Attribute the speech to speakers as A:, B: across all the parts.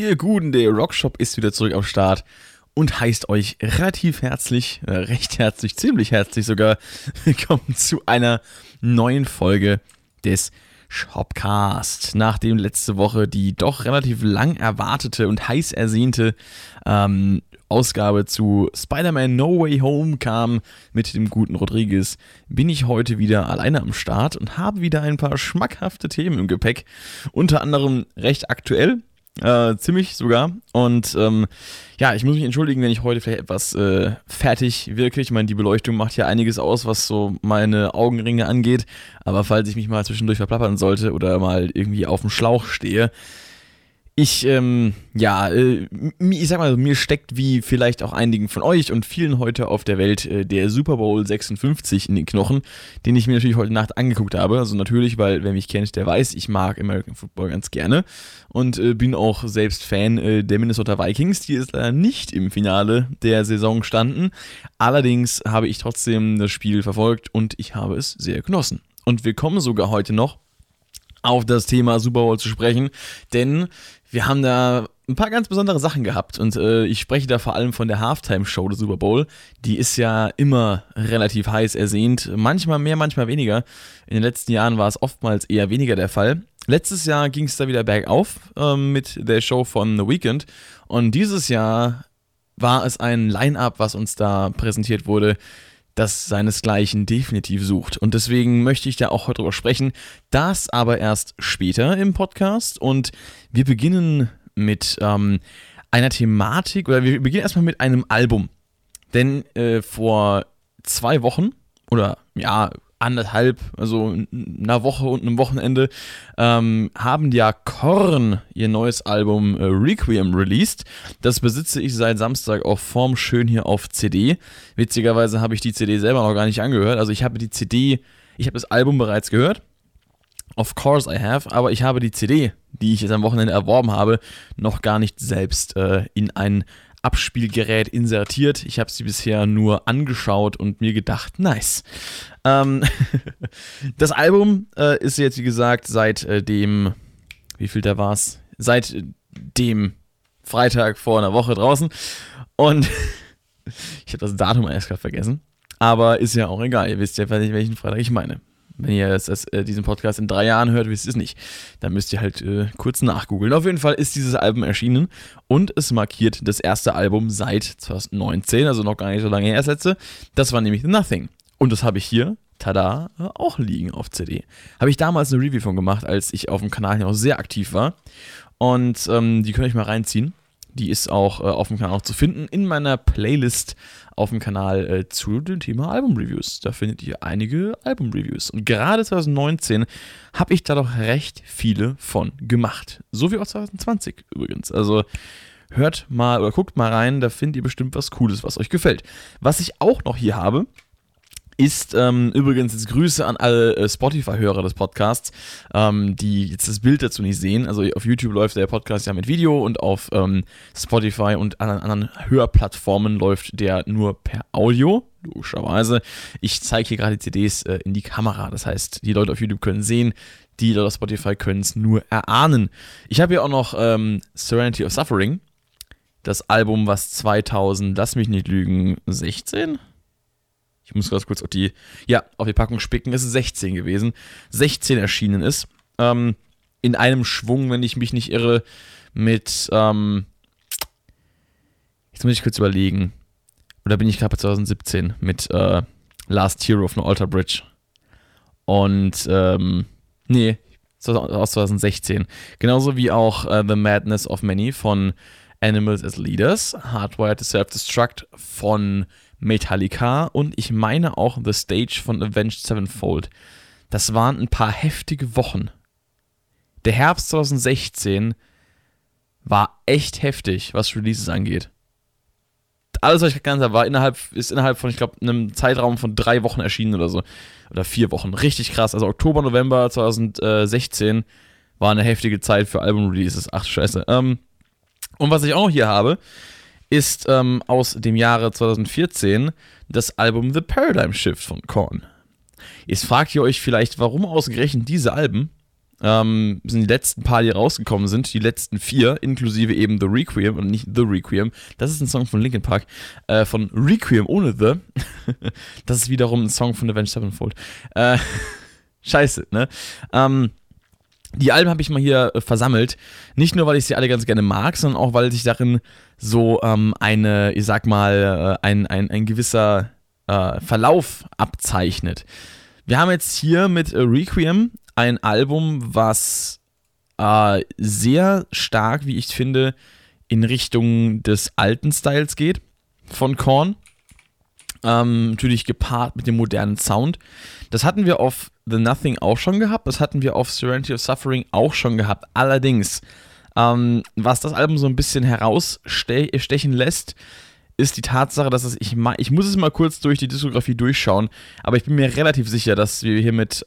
A: Ihr Guten, der Rockshop ist wieder zurück am Start und heißt euch relativ herzlich, recht herzlich, ziemlich herzlich sogar, willkommen zu einer neuen Folge des Shopcast. Nachdem letzte Woche die doch relativ lang erwartete und heiß ersehnte Ausgabe zu Spider-Man No Way Home kam mit dem guten Rodriguez, bin ich heute wieder alleine am Start und habe wieder ein paar schmackhafte Themen im Gepäck. Unter anderem recht aktuell, ziemlich sogar. Und ich muss mich entschuldigen, wenn ich heute vielleicht etwas fertig wirke. Ich meine, die Beleuchtung macht ja einiges aus, was so meine Augenringe angeht. Aber falls ich mich mal zwischendurch verplappern sollte oder mal irgendwie auf dem Schlauch stehe, ich sag mal, mir steckt wie vielleicht auch einigen von euch und vielen heute auf der Welt der Super Bowl 56 in den Knochen, den ich mir natürlich heute Nacht angeguckt habe. Also natürlich, weil wer mich kennt, der weiß, ich mag American Football ganz gerne und bin auch selbst Fan der Minnesota Vikings, die jetzt leider nicht im Finale der Saison standen. Allerdings habe ich trotzdem das Spiel verfolgt und ich habe es sehr genossen. Und wir kommen sogar heute noch auf das Thema Super Bowl zu sprechen, denn wir haben da ein paar ganz besondere Sachen gehabt und ich spreche da vor allem von der Halftime-Show des Super Bowl. Die ist ja immer relativ heiß ersehnt, manchmal mehr, manchmal weniger. In den letzten Jahren war es oftmals eher weniger der Fall. Letztes Jahr ging es da wieder bergauf mit der Show von The Weeknd und dieses Jahr war es ein Line-Up, was uns da präsentiert wurde, das seinesgleichen definitiv sucht. Und deswegen möchte ich da auch heute drüber sprechen. Das aber erst später im Podcast. Und wir beginnen mit einer Thematik, oder wir beginnen erstmal mit einem Album. Denn vor 2 Wochen, oder ja, anderthalb, also einer Woche und einem Wochenende, haben ja Korn ihr neues Album Requiem released. Das besitze ich seit Samstag auch formschön hier auf CD. Witzigerweise habe ich die CD selber noch gar nicht angehört. Also ich habe das Album bereits gehört. Of course I have, aber ich habe die CD, die ich jetzt am Wochenende erworben habe, noch gar nicht selbst in ein Abspielgerät insertiert. Ich habe sie bisher nur angeschaut und mir gedacht, nice. Das Album ist jetzt, wie gesagt, seit dem Freitag vor einer Woche draußen. Und ich habe das Datum erst gerade vergessen. Aber ist ja auch egal. Ihr wisst ja, welchen Freitag ich meine. Wenn ihr diesen Podcast in 3 Jahren hört, wisst ihr es nicht. Dann müsst ihr halt kurz nachgoogeln. Auf jeden Fall ist dieses Album erschienen und es markiert das erste Album seit 2019, also noch gar nicht so lange her das letzte. Das war nämlich The Nothing. Und das habe ich hier, tada, auch liegen auf CD. Habe ich damals eine Review von gemacht, als ich auf dem Kanal hier auch sehr aktiv war. Und die könnt ihr euch mal reinziehen. Die ist auch auf dem Kanal zu finden, in meiner Playlist auf dem Kanal zu dem Thema Album-Reviews. Da findet ihr einige Album-Reviews. Und gerade 2019 habe ich da doch recht viele von gemacht. So wie auch 2020 übrigens. Also hört mal oder guckt mal rein, da findet ihr bestimmt was Cooles, was euch gefällt. Was ich auch noch hier habe, ist übrigens jetzt Grüße an alle Spotify-Hörer des Podcasts, die jetzt das Bild dazu nicht sehen. Also auf YouTube läuft der Podcast ja mit Video und auf Spotify und anderen Hörplattformen läuft der nur per Audio, logischerweise. Ich zeige hier gerade die CDs in die Kamera, das heißt, die Leute auf YouTube können sehen, die Leute auf Spotify können es nur erahnen. Ich habe hier auch noch Serenity of Suffering, das Album, was 2000, lass mich nicht lügen, 16? Ich muss ganz kurz auf die Packung spicken. Es ist 16 gewesen. 16 erschienen ist. In einem Schwung, wenn ich mich nicht irre, mit, jetzt muss ich kurz überlegen. Oder bin ich gerade bei 2017 mit Last Hero von Alter Bridge. Und, aus 2016. Genauso wie auch The Madness of Many von Animals as Leaders, Hardwired to Self-Destruct von Metallica und ich meine auch The Stage von Avenged Sevenfold. Das waren ein paar heftige Wochen. Der Herbst 2016 war echt heftig, was Releases angeht. Alles, was ich genannt habe, ist innerhalb von, ich glaube, einem Zeitraum von 3 Wochen erschienen oder so. Oder 4 Wochen. Richtig krass. Also Oktober, November 2016 war eine heftige Zeit für Album-Releases. Ach, scheiße. Und was ich auch noch hier habe, ist aus dem Jahre 2014 das Album The Paradigm Shift von Korn. Jetzt fragt ihr euch vielleicht, warum ausgerechnet diese Alben? sind die letzten paar, die rausgekommen sind, die letzten 4, inklusive eben The Requiem und nicht The Requiem. Das ist ein Song von Linkin Park, von Requiem ohne The. Das ist wiederum ein Song von Avenged Sevenfold. Scheiße, ne? Die Alben habe ich mal hier versammelt, nicht nur, weil ich sie alle ganz gerne mag, sondern auch, weil sich darin so ein gewisser Verlauf abzeichnet. Wir haben jetzt hier mit Requiem ein Album, was sehr stark, wie ich finde, in Richtung des alten Styles geht von Korn. Natürlich gepaart mit dem modernen Sound. Das hatten wir auf The Nothing auch schon gehabt, das hatten wir auf Serenity of Suffering auch schon gehabt. Allerdings, was das Album so ein bisschen herausstechen lässt, ist die Tatsache, dass ich muss es mal kurz durch die Diskografie durchschauen, aber ich bin mir relativ sicher, dass wir hier mit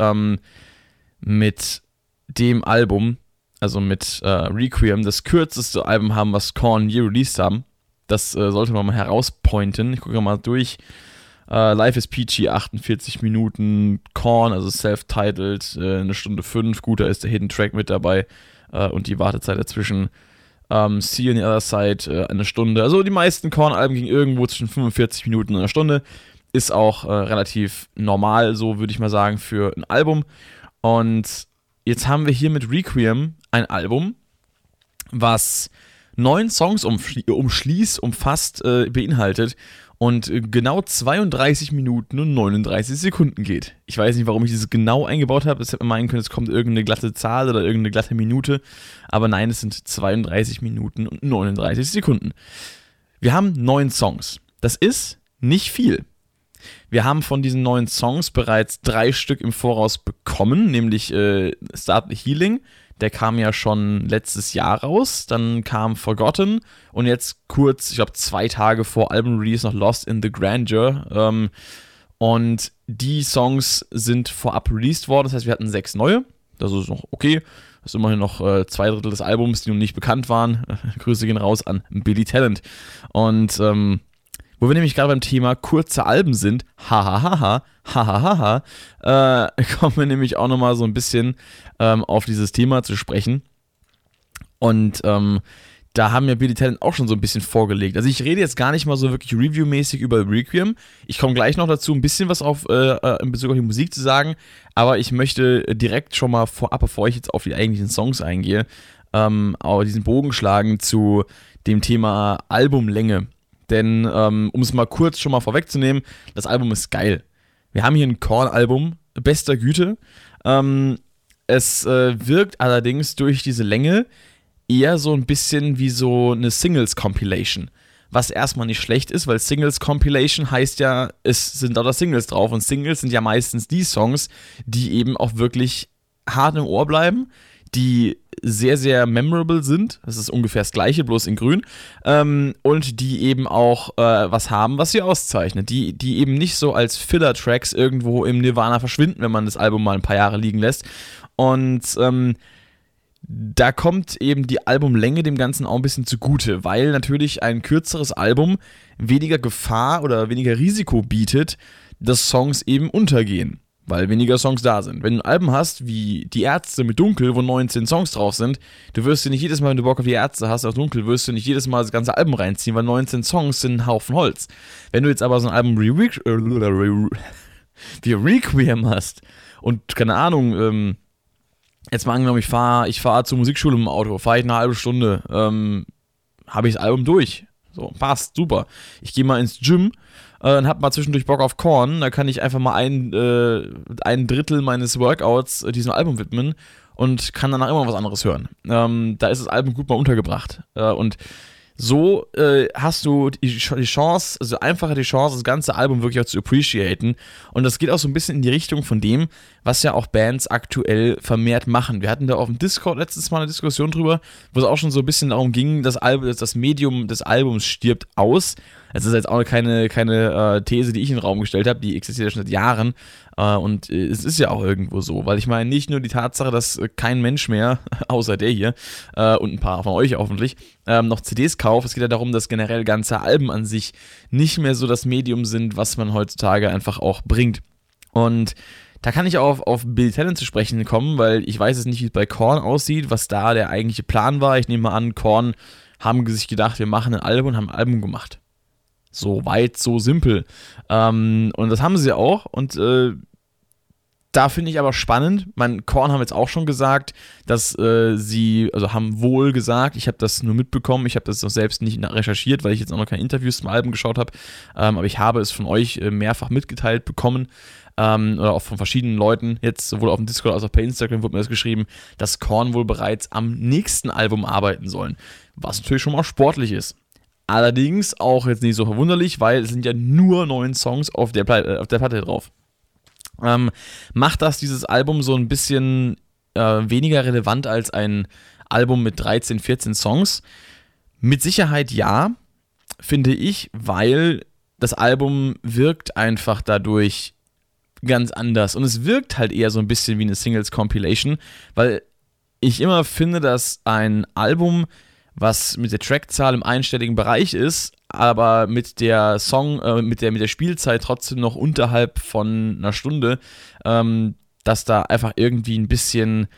A: dem Album, also mit Requiem, das kürzeste Album haben, was Korn je released haben. Das sollte man mal herauspointen. Ich gucke mal durch. Life is Peachy, 48 Minuten. Korn, also self-titled, 1 Stunde 5. Gut, da ist der Hidden Track mit dabei und die Wartezeit dazwischen. See on the Other Side, 1 Stunde. Also die meisten Korn-Alben gingen irgendwo zwischen 45 Minuten und 1 Stunde. Ist auch relativ normal, so würde ich mal sagen, für ein Album. Und jetzt haben wir hier mit Requiem ein Album, was 9 Songs umfasst, beinhaltet und genau 32 Minuten und 39 Sekunden geht. Ich weiß nicht, warum ich dieses genau eingebaut habe. Es hätte man meinen können, es kommt irgendeine glatte Zahl oder irgendeine glatte Minute. Aber nein, es sind 32 Minuten und 39 Sekunden. Wir haben 9 Songs. Das ist nicht viel. Wir haben von diesen 9 Songs bereits 3 Stück im Voraus bekommen, nämlich Start the Healing. Der kam ja schon letztes Jahr raus, dann kam Forgotten und jetzt kurz, ich glaube 2 Tage vor Album-Release noch Lost in the Grandeur. Und die Songs sind vorab released worden, das heißt, wir hatten 6 neue. Das ist noch okay. Das ist immerhin noch 2/3 des Albums, die noch nicht bekannt waren. Grüße gehen raus an Billy Talent. Und wo wir nämlich gerade beim Thema kurze Alben sind, kommen wir nämlich auch nochmal so ein bisschen auf dieses Thema zu sprechen. Und da haben ja Billy Talent auch schon so ein bisschen vorgelegt. Also ich rede jetzt gar nicht mal so wirklich reviewmäßig über Requiem. Ich komme gleich noch dazu, ein bisschen was in Bezug auf die Musik zu sagen. Aber ich möchte direkt schon mal vorab, bevor ich jetzt auf die eigentlichen Songs eingehe, auch diesen Bogen schlagen zu dem Thema Albumlänge. Denn, um es mal kurz schon mal vorwegzunehmen, das Album ist geil. Wir haben hier ein Korn-Album bester Güte. Es wirkt allerdings durch diese Länge eher so ein bisschen wie so eine Singles-Compilation. Was erstmal nicht schlecht ist, weil Singles-Compilation heißt ja, es sind lauter Singles drauf. Und Singles sind ja meistens die Songs, die eben auch wirklich hart im Ohr bleiben, die sehr, sehr memorable sind. Das ist ungefähr das Gleiche, bloß in grün. Und die eben auch was haben, was sie auszeichnet. Die eben nicht so als Filler-Tracks irgendwo im Nirvana verschwinden, wenn man das Album mal ein paar Jahre liegen lässt. Und da kommt eben die Albumlänge dem Ganzen auch ein bisschen zugute, weil natürlich ein kürzeres Album weniger Gefahr oder weniger Risiko bietet, dass Songs eben untergehen. Weil weniger Songs da sind. Wenn du ein Album hast, wie Die Ärzte mit Dunkel, wo 19 Songs drauf sind, du wirst dir nicht jedes Mal, wenn du Bock auf Die Ärzte hast, auf Dunkel, wirst du nicht jedes Mal das ganze Album reinziehen, weil 19 Songs sind ein Haufen Holz. Wenn du jetzt aber so ein Album wie Requiem hast und, keine Ahnung, jetzt mal angenommen, ich fahr zur Musikschule im Auto, fahre ich eine halbe Stunde, habe ich das Album durch. So, passt, super. Ich gehe mal ins Gym und hab mal zwischendurch Bock auf Korn, da kann ich einfach mal ein Drittel meines Workouts diesem Album widmen und kann danach immer was anderes hören. Da ist das Album gut mal untergebracht. Und so hast du die Chance, also einfacher die Chance, das ganze Album wirklich auch zu appreciaten. Und das geht auch so ein bisschen in die Richtung von dem, was ja auch Bands aktuell vermehrt machen. Wir hatten da auf dem Discord letztes Mal eine Diskussion drüber, wo es auch schon so ein bisschen darum ging, das Medium des Albums stirbt aus. Das ist jetzt auch keine These, die ich in den Raum gestellt habe, die existiert ja schon seit Jahren. Und es ist ja auch irgendwo so, weil ich meine, nicht nur die Tatsache, dass kein Mensch mehr, außer der hier und ein paar von euch hoffentlich, noch CDs kauft. Es geht ja darum, dass generell ganze Alben an sich nicht mehr so das Medium sind, was man heutzutage einfach auch bringt. Und Da kann ich auch auf Billy Talent zu sprechen kommen, weil ich weiß jetzt nicht, wie es bei Korn aussieht, was da der eigentliche Plan war. Ich nehme mal an, Korn haben sich gedacht, wir machen ein Album und haben ein Album gemacht. So weit, so simpel. Und das haben sie auch. Und da finde ich aber spannend, Korn haben jetzt auch schon gesagt, dass haben wohl gesagt, ich habe das nur mitbekommen, ich habe das noch selbst nicht recherchiert, weil ich jetzt auch noch keine Interviews zum Album geschaut habe, aber ich habe es von euch mehrfach mitgeteilt bekommen, oder auch von verschiedenen Leuten, jetzt sowohl auf dem Discord als auch per Instagram wurde mir das geschrieben, dass Korn wohl bereits am nächsten Album arbeiten sollen, was natürlich schon mal sportlich ist. Allerdings auch jetzt nicht so verwunderlich, weil es sind ja nur 9 Songs auf der Platte drauf. Macht das dieses Album so ein bisschen weniger relevant als ein Album mit 13, 14 Songs? Mit Sicherheit ja, finde ich, weil das Album wirkt einfach dadurch ganz anders und es wirkt halt eher so ein bisschen wie eine Singles-Compilation, weil ich immer finde, dass ein Album, was mit der Trackzahl im einstelligen Bereich ist, aber mit der mit der Spielzeit trotzdem noch unterhalb von einer Stunde, dass da einfach irgendwie ein bisschen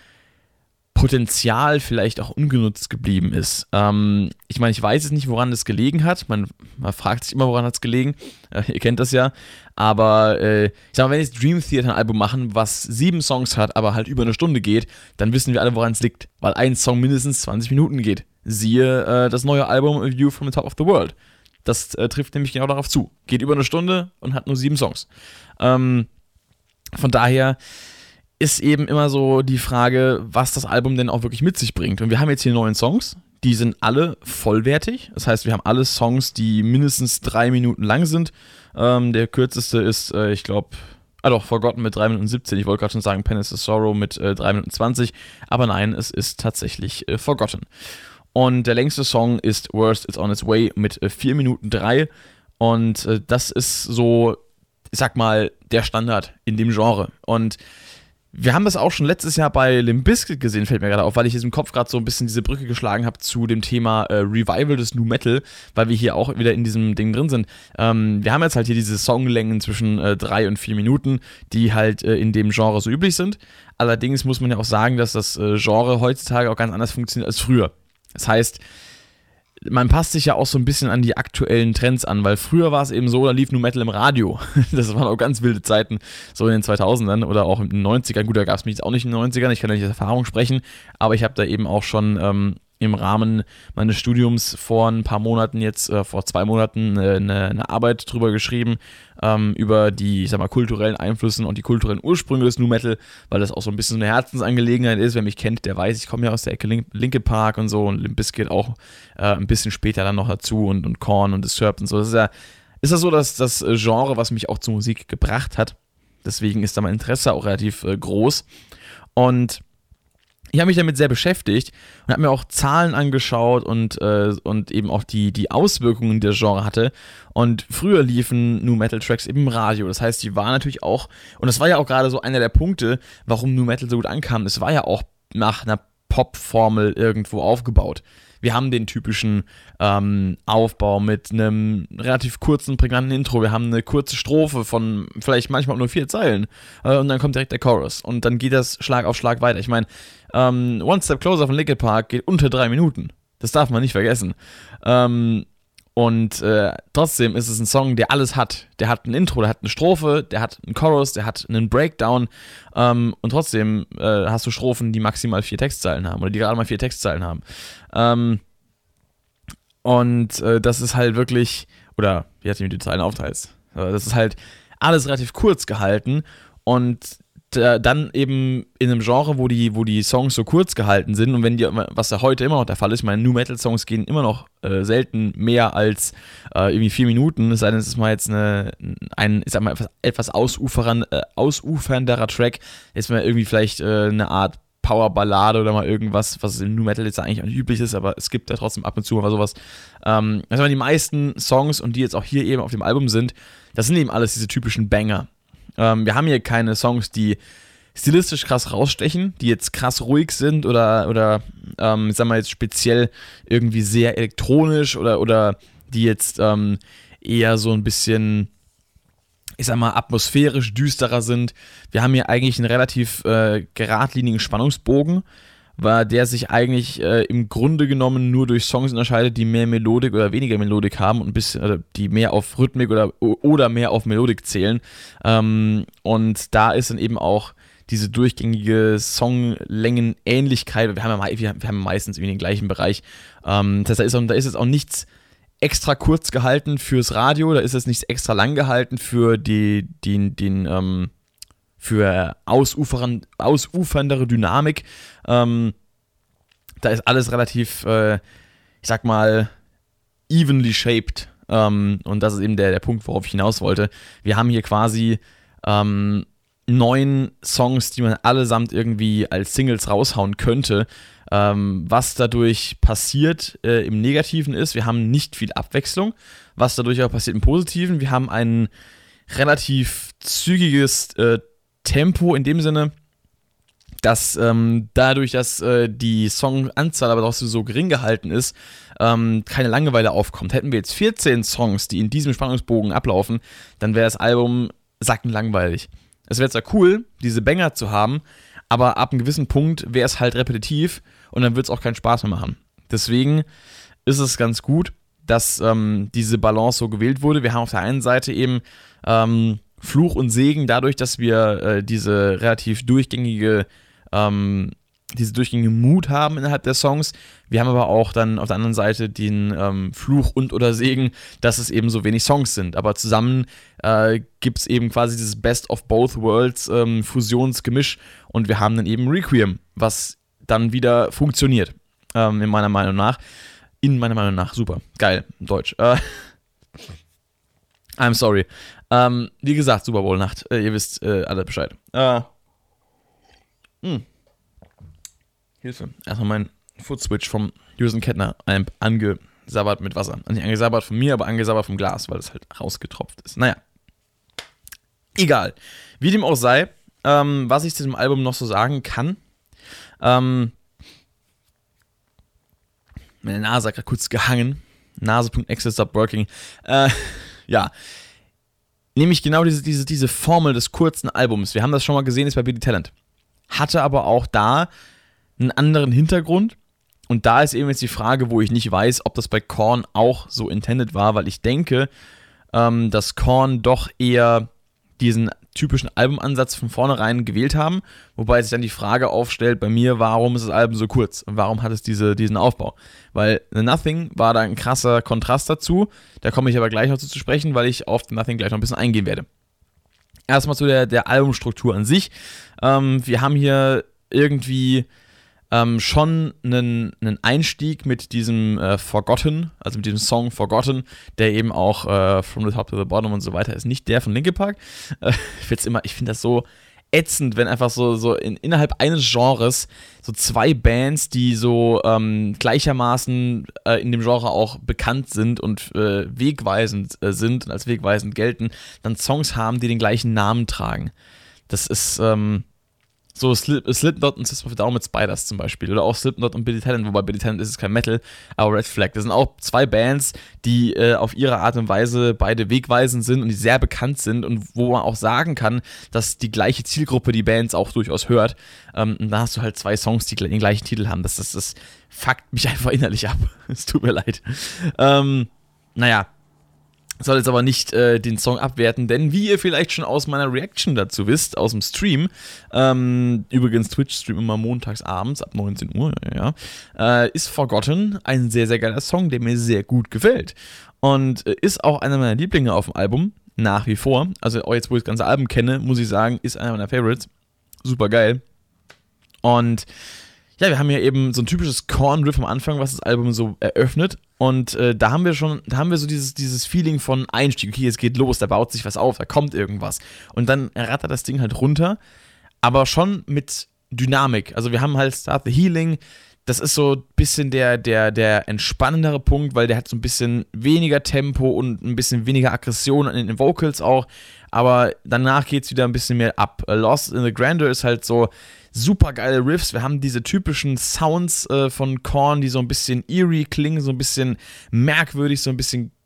A: Potenzial vielleicht auch ungenutzt geblieben ist. Ich meine, ich weiß jetzt nicht, woran das gelegen hat. Man fragt sich immer, woran hat es gelegen. Ihr kennt das ja. Aber ich sag mal, wenn jetzt Dream Theater ein Album machen, was 7 Songs hat, aber halt über eine Stunde geht, dann wissen wir alle, woran es liegt. Weil ein Song mindestens 20 Minuten geht. Siehe das neue Album A View from the Top of the World. Das trifft nämlich genau darauf zu. Geht über eine Stunde und hat nur 7 Songs. Von daher ist eben immer so die Frage, was das Album denn auch wirklich mit sich bringt. Und wir haben jetzt hier 9 Songs, die sind alle vollwertig. Das heißt, wir haben alle Songs, die mindestens 3 Minuten lang sind. Der kürzeste ist, ich glaube, Forgotten mit 3 Minuten 17. Ich wollte gerade schon sagen, Pen is a Sorrow mit 3 Minuten 20. Aber nein, es ist tatsächlich Forgotten. Und der längste Song ist Worst It's On Its Way mit 4 Minuten 3. Und das ist so, ich sag mal, der Standard in dem Genre. Und wir haben das auch schon letztes Jahr bei Limp Bizkit gesehen, fällt mir gerade auf, weil ich jetzt im Kopf gerade so ein bisschen diese Brücke geschlagen habe zu dem Thema Revival des Nu Metal, weil wir hier auch wieder in diesem Ding drin sind. Wir haben jetzt halt hier diese Songlängen zwischen 3 und 4 Minuten, die halt in dem Genre so üblich sind. Allerdings muss man ja auch sagen, dass das Genre heutzutage auch ganz anders funktioniert als früher. Das heißt, man passt sich ja auch so ein bisschen an die aktuellen Trends an, weil früher war es eben so, da lief Nu Metal im Radio. Das waren auch ganz wilde Zeiten, so in den 2000ern oder auch in den 90ern. Gut, da gab es mich jetzt auch nicht in den 90ern, ich kann ja nicht aus Erfahrung sprechen, aber ich habe da eben auch schon im Rahmen meines Studiums vor ein paar Monaten vor 2 Monaten eine Arbeit drüber geschrieben, über die, ich sag mal, kulturellen Einflüsse und die kulturellen Ursprünge des Nu Metal, weil das auch so ein bisschen eine Herzensangelegenheit ist. Wer mich kennt, der weiß, ich komme ja aus der Ecke Linkin Park und so und Limp Bizkit auch ein bisschen später dann noch dazu und Korn und Disturbed und so. Ist das so, dass das Genre, was mich auch zur Musik gebracht hat. Deswegen ist da mein Interesse auch relativ groß. Und ich habe mich damit sehr beschäftigt und habe mir auch Zahlen angeschaut und eben auch die Auswirkungen, die das Genre hatte. Und früher liefen Nu Metal Tracks eben im Radio. Das heißt, die waren natürlich auch, und das war ja auch gerade so einer der Punkte, warum Nu Metal so gut ankam. Es war ja auch nach einer Pop-Formel irgendwo aufgebaut. Wir haben den typischen Aufbau mit einem relativ kurzen, prägnanten Intro. Wir haben eine kurze Strophe von vielleicht manchmal nur 4 Zeilen. Und dann kommt direkt der Chorus. Und dann geht das Schlag auf Schlag weiter. Ich meine, One Step Closer von Linkin Park geht unter 3 Minuten. Das darf man nicht vergessen. Trotzdem ist es ein Song, der alles hat. Der hat ein Intro, der hat eine Strophe, der hat einen Chorus, der hat einen Breakdown. Und trotzdem hast du Strophen, die maximal 4 Textzeilen haben oder die gerade mal 4 Textzeilen haben. Das ist halt wirklich, oder wie hat du die Zeilen aufteilst? Das ist halt alles relativ kurz gehalten und dann eben in einem Genre, wo die Songs so kurz gehalten sind und was ja heute immer noch der Fall ist, meine Nu Metal Songs gehen immer noch selten mehr als irgendwie 4 Minuten, es sei denn, es ist mal jetzt ein ich sag mal, etwas ausufernderer Track, jetzt mal irgendwie vielleicht eine Art Powerballade oder mal irgendwas, was im Nu Metal jetzt eigentlich auch nicht üblich ist, aber es gibt ja trotzdem ab und zu mal sowas. Also die meisten Songs und die jetzt auch hier eben auf dem Album sind, das sind eben alles diese typischen Banger. Wir haben hier keine Songs, die stilistisch krass rausstechen, die jetzt krass ruhig sind oder ich sag mal jetzt speziell irgendwie sehr elektronisch oder die jetzt eher so ein bisschen ich sag mal, atmosphärisch düsterer sind. Wir haben hier eigentlich einen relativ geradlinigen Spannungsbogen, weil der sich eigentlich im Grunde genommen nur durch Songs unterscheidet, die mehr Melodik oder weniger Melodik haben und ein bisschen, die mehr auf Rhythmik oder mehr auf Melodik zählen. Und da ist dann eben auch diese durchgängige Songlängenähnlichkeit. Wir haben meistens irgendwie den gleichen Bereich. Das heißt, da ist jetzt auch nichts extra kurz gehalten fürs Radio, da ist es nicht extra lang gehalten für für ausuferndere Dynamik. Da ist alles relativ, ich sag mal, evenly shaped. Und das ist eben der Punkt, worauf ich hinaus wollte. Wir haben hier quasi 9 Songs, die man allesamt irgendwie als Singles raushauen könnte. Was dadurch passiert im Negativen ist, wir haben nicht viel Abwechslung. Was dadurch auch passiert im Positiven, wir haben ein relativ zügiges Tempo in dem Sinne, dass dadurch, dass die Songanzahl aber trotzdem so gering gehalten ist, keine Langeweile aufkommt. Hätten wir jetzt 14 Songs, die in diesem Spannungsbogen ablaufen, dann wäre das Album sackenlangweilig. Es wäre zwar cool, diese Banger zu haben, aber ab einem gewissen Punkt wäre es halt repetitiv und dann wird es auch keinen Spaß mehr machen. Deswegen ist es ganz gut, dass diese Balance so gewählt wurde. Wir haben auf der einen Seite eben Fluch und Segen dadurch, dass wir diese relativ durchgängige Mut haben innerhalb der Songs. Wir haben aber auch dann auf der anderen Seite den Fluch und oder Segen, dass es eben so wenig Songs sind. Aber zusammen gibt es eben quasi dieses Best of Both Worlds Fusionsgemisch und wir haben dann eben Requiem, was dann wieder funktioniert, in meiner Meinung nach. Super, geil, Deutsch. I'm sorry. Wie gesagt, Super Bowl Nacht, ihr wisst alle Bescheid. Hilfe. Erstmal mein Foot-Switch vom Houston Kettner Amp angesabbert mit Wasser. Also nicht angesabbert von mir, aber angesabbert vom Glas, weil es halt rausgetropft ist. Naja. Egal. Wie dem auch sei, was ich zu dem Album noch so sagen kann, meine Nase hat gerade kurz gehangen. Nase.exe stop working. Ja. Nämlich genau diese Formel des kurzen Albums. Wir haben das schon mal gesehen, ist bei Billy Talent. Hatte aber auch da einen anderen Hintergrund. Und da ist eben jetzt die Frage, wo ich nicht weiß, ob das bei Korn auch so intended war, weil ich denke, dass Korn doch eher diesen typischen Albumansatz von vornherein gewählt haben, wobei sich dann die Frage aufstellt bei mir, warum ist das Album so kurz und warum hat es diesen Aufbau? Weil The Nothing war da ein krasser Kontrast dazu, da komme ich aber gleich noch zu sprechen, weil ich auf The Nothing gleich noch ein bisschen eingehen werde. Erstmal zu der Albumstruktur an sich. Wir haben hier irgendwie schon einen Einstieg mit diesem Forgotten, also mit diesem Song Forgotten, der eben auch From the Top to the Bottom und so weiter ist, nicht der von Linkin Park. Ich finde das so ätzend, wenn einfach so innerhalb eines Genres so 2 Bands, die so gleichermaßen in dem Genre auch bekannt sind und wegweisend sind und als wegweisend gelten, dann Songs haben, die den gleichen Namen tragen. Das ist so Slipknot und System of a Down mit Spiders zum Beispiel. Oder auch Slipknot und Billy Talent, wobei Billy Talent ist es kein Metal, aber Red Flag. Das sind auch 2 Bands, die auf ihre Art und Weise beide wegweisend sind und die sehr bekannt sind und wo man auch sagen kann, dass die gleiche Zielgruppe die Bands auch durchaus hört. Und da hast du halt 2 Songs, die den gleichen Titel haben. Das fuckt mich einfach innerlich ab. Es tut mir leid. Naja. Soll jetzt aber nicht den Song abwerten, denn wie ihr vielleicht schon aus meiner Reaction dazu wisst, aus dem Stream, übrigens Twitch-Stream immer montags abends ab 19 Uhr, ist Forgotten ein sehr, sehr geiler Song, der mir sehr gut gefällt. Und ist auch einer meiner Lieblinge auf dem Album, nach wie vor. Also jetzt, wo ich das ganze Album kenne, muss ich sagen, ist einer meiner Favorites. Super geil. Und ja, wir haben hier eben so ein typisches Korn-Riff am Anfang, was das Album so eröffnet. Und da haben wir so dieses Feeling von Einstieg. Okay, es geht los, da baut sich was auf, da kommt irgendwas. Und dann rattert das Ding halt runter, aber schon mit Dynamik. Also wir haben halt Start the Healing. Das ist so ein bisschen der entspannendere Punkt, weil der hat so ein bisschen weniger Tempo und ein bisschen weniger Aggression in den Vocals auch. Aber danach geht es wieder ein bisschen mehr ab. Lost in the Grandeur ist halt so super geile Riffs. Wir haben diese typischen Sounds von Korn, die so ein bisschen eerie klingen, so ein bisschen merkwürdig, so ein bisschen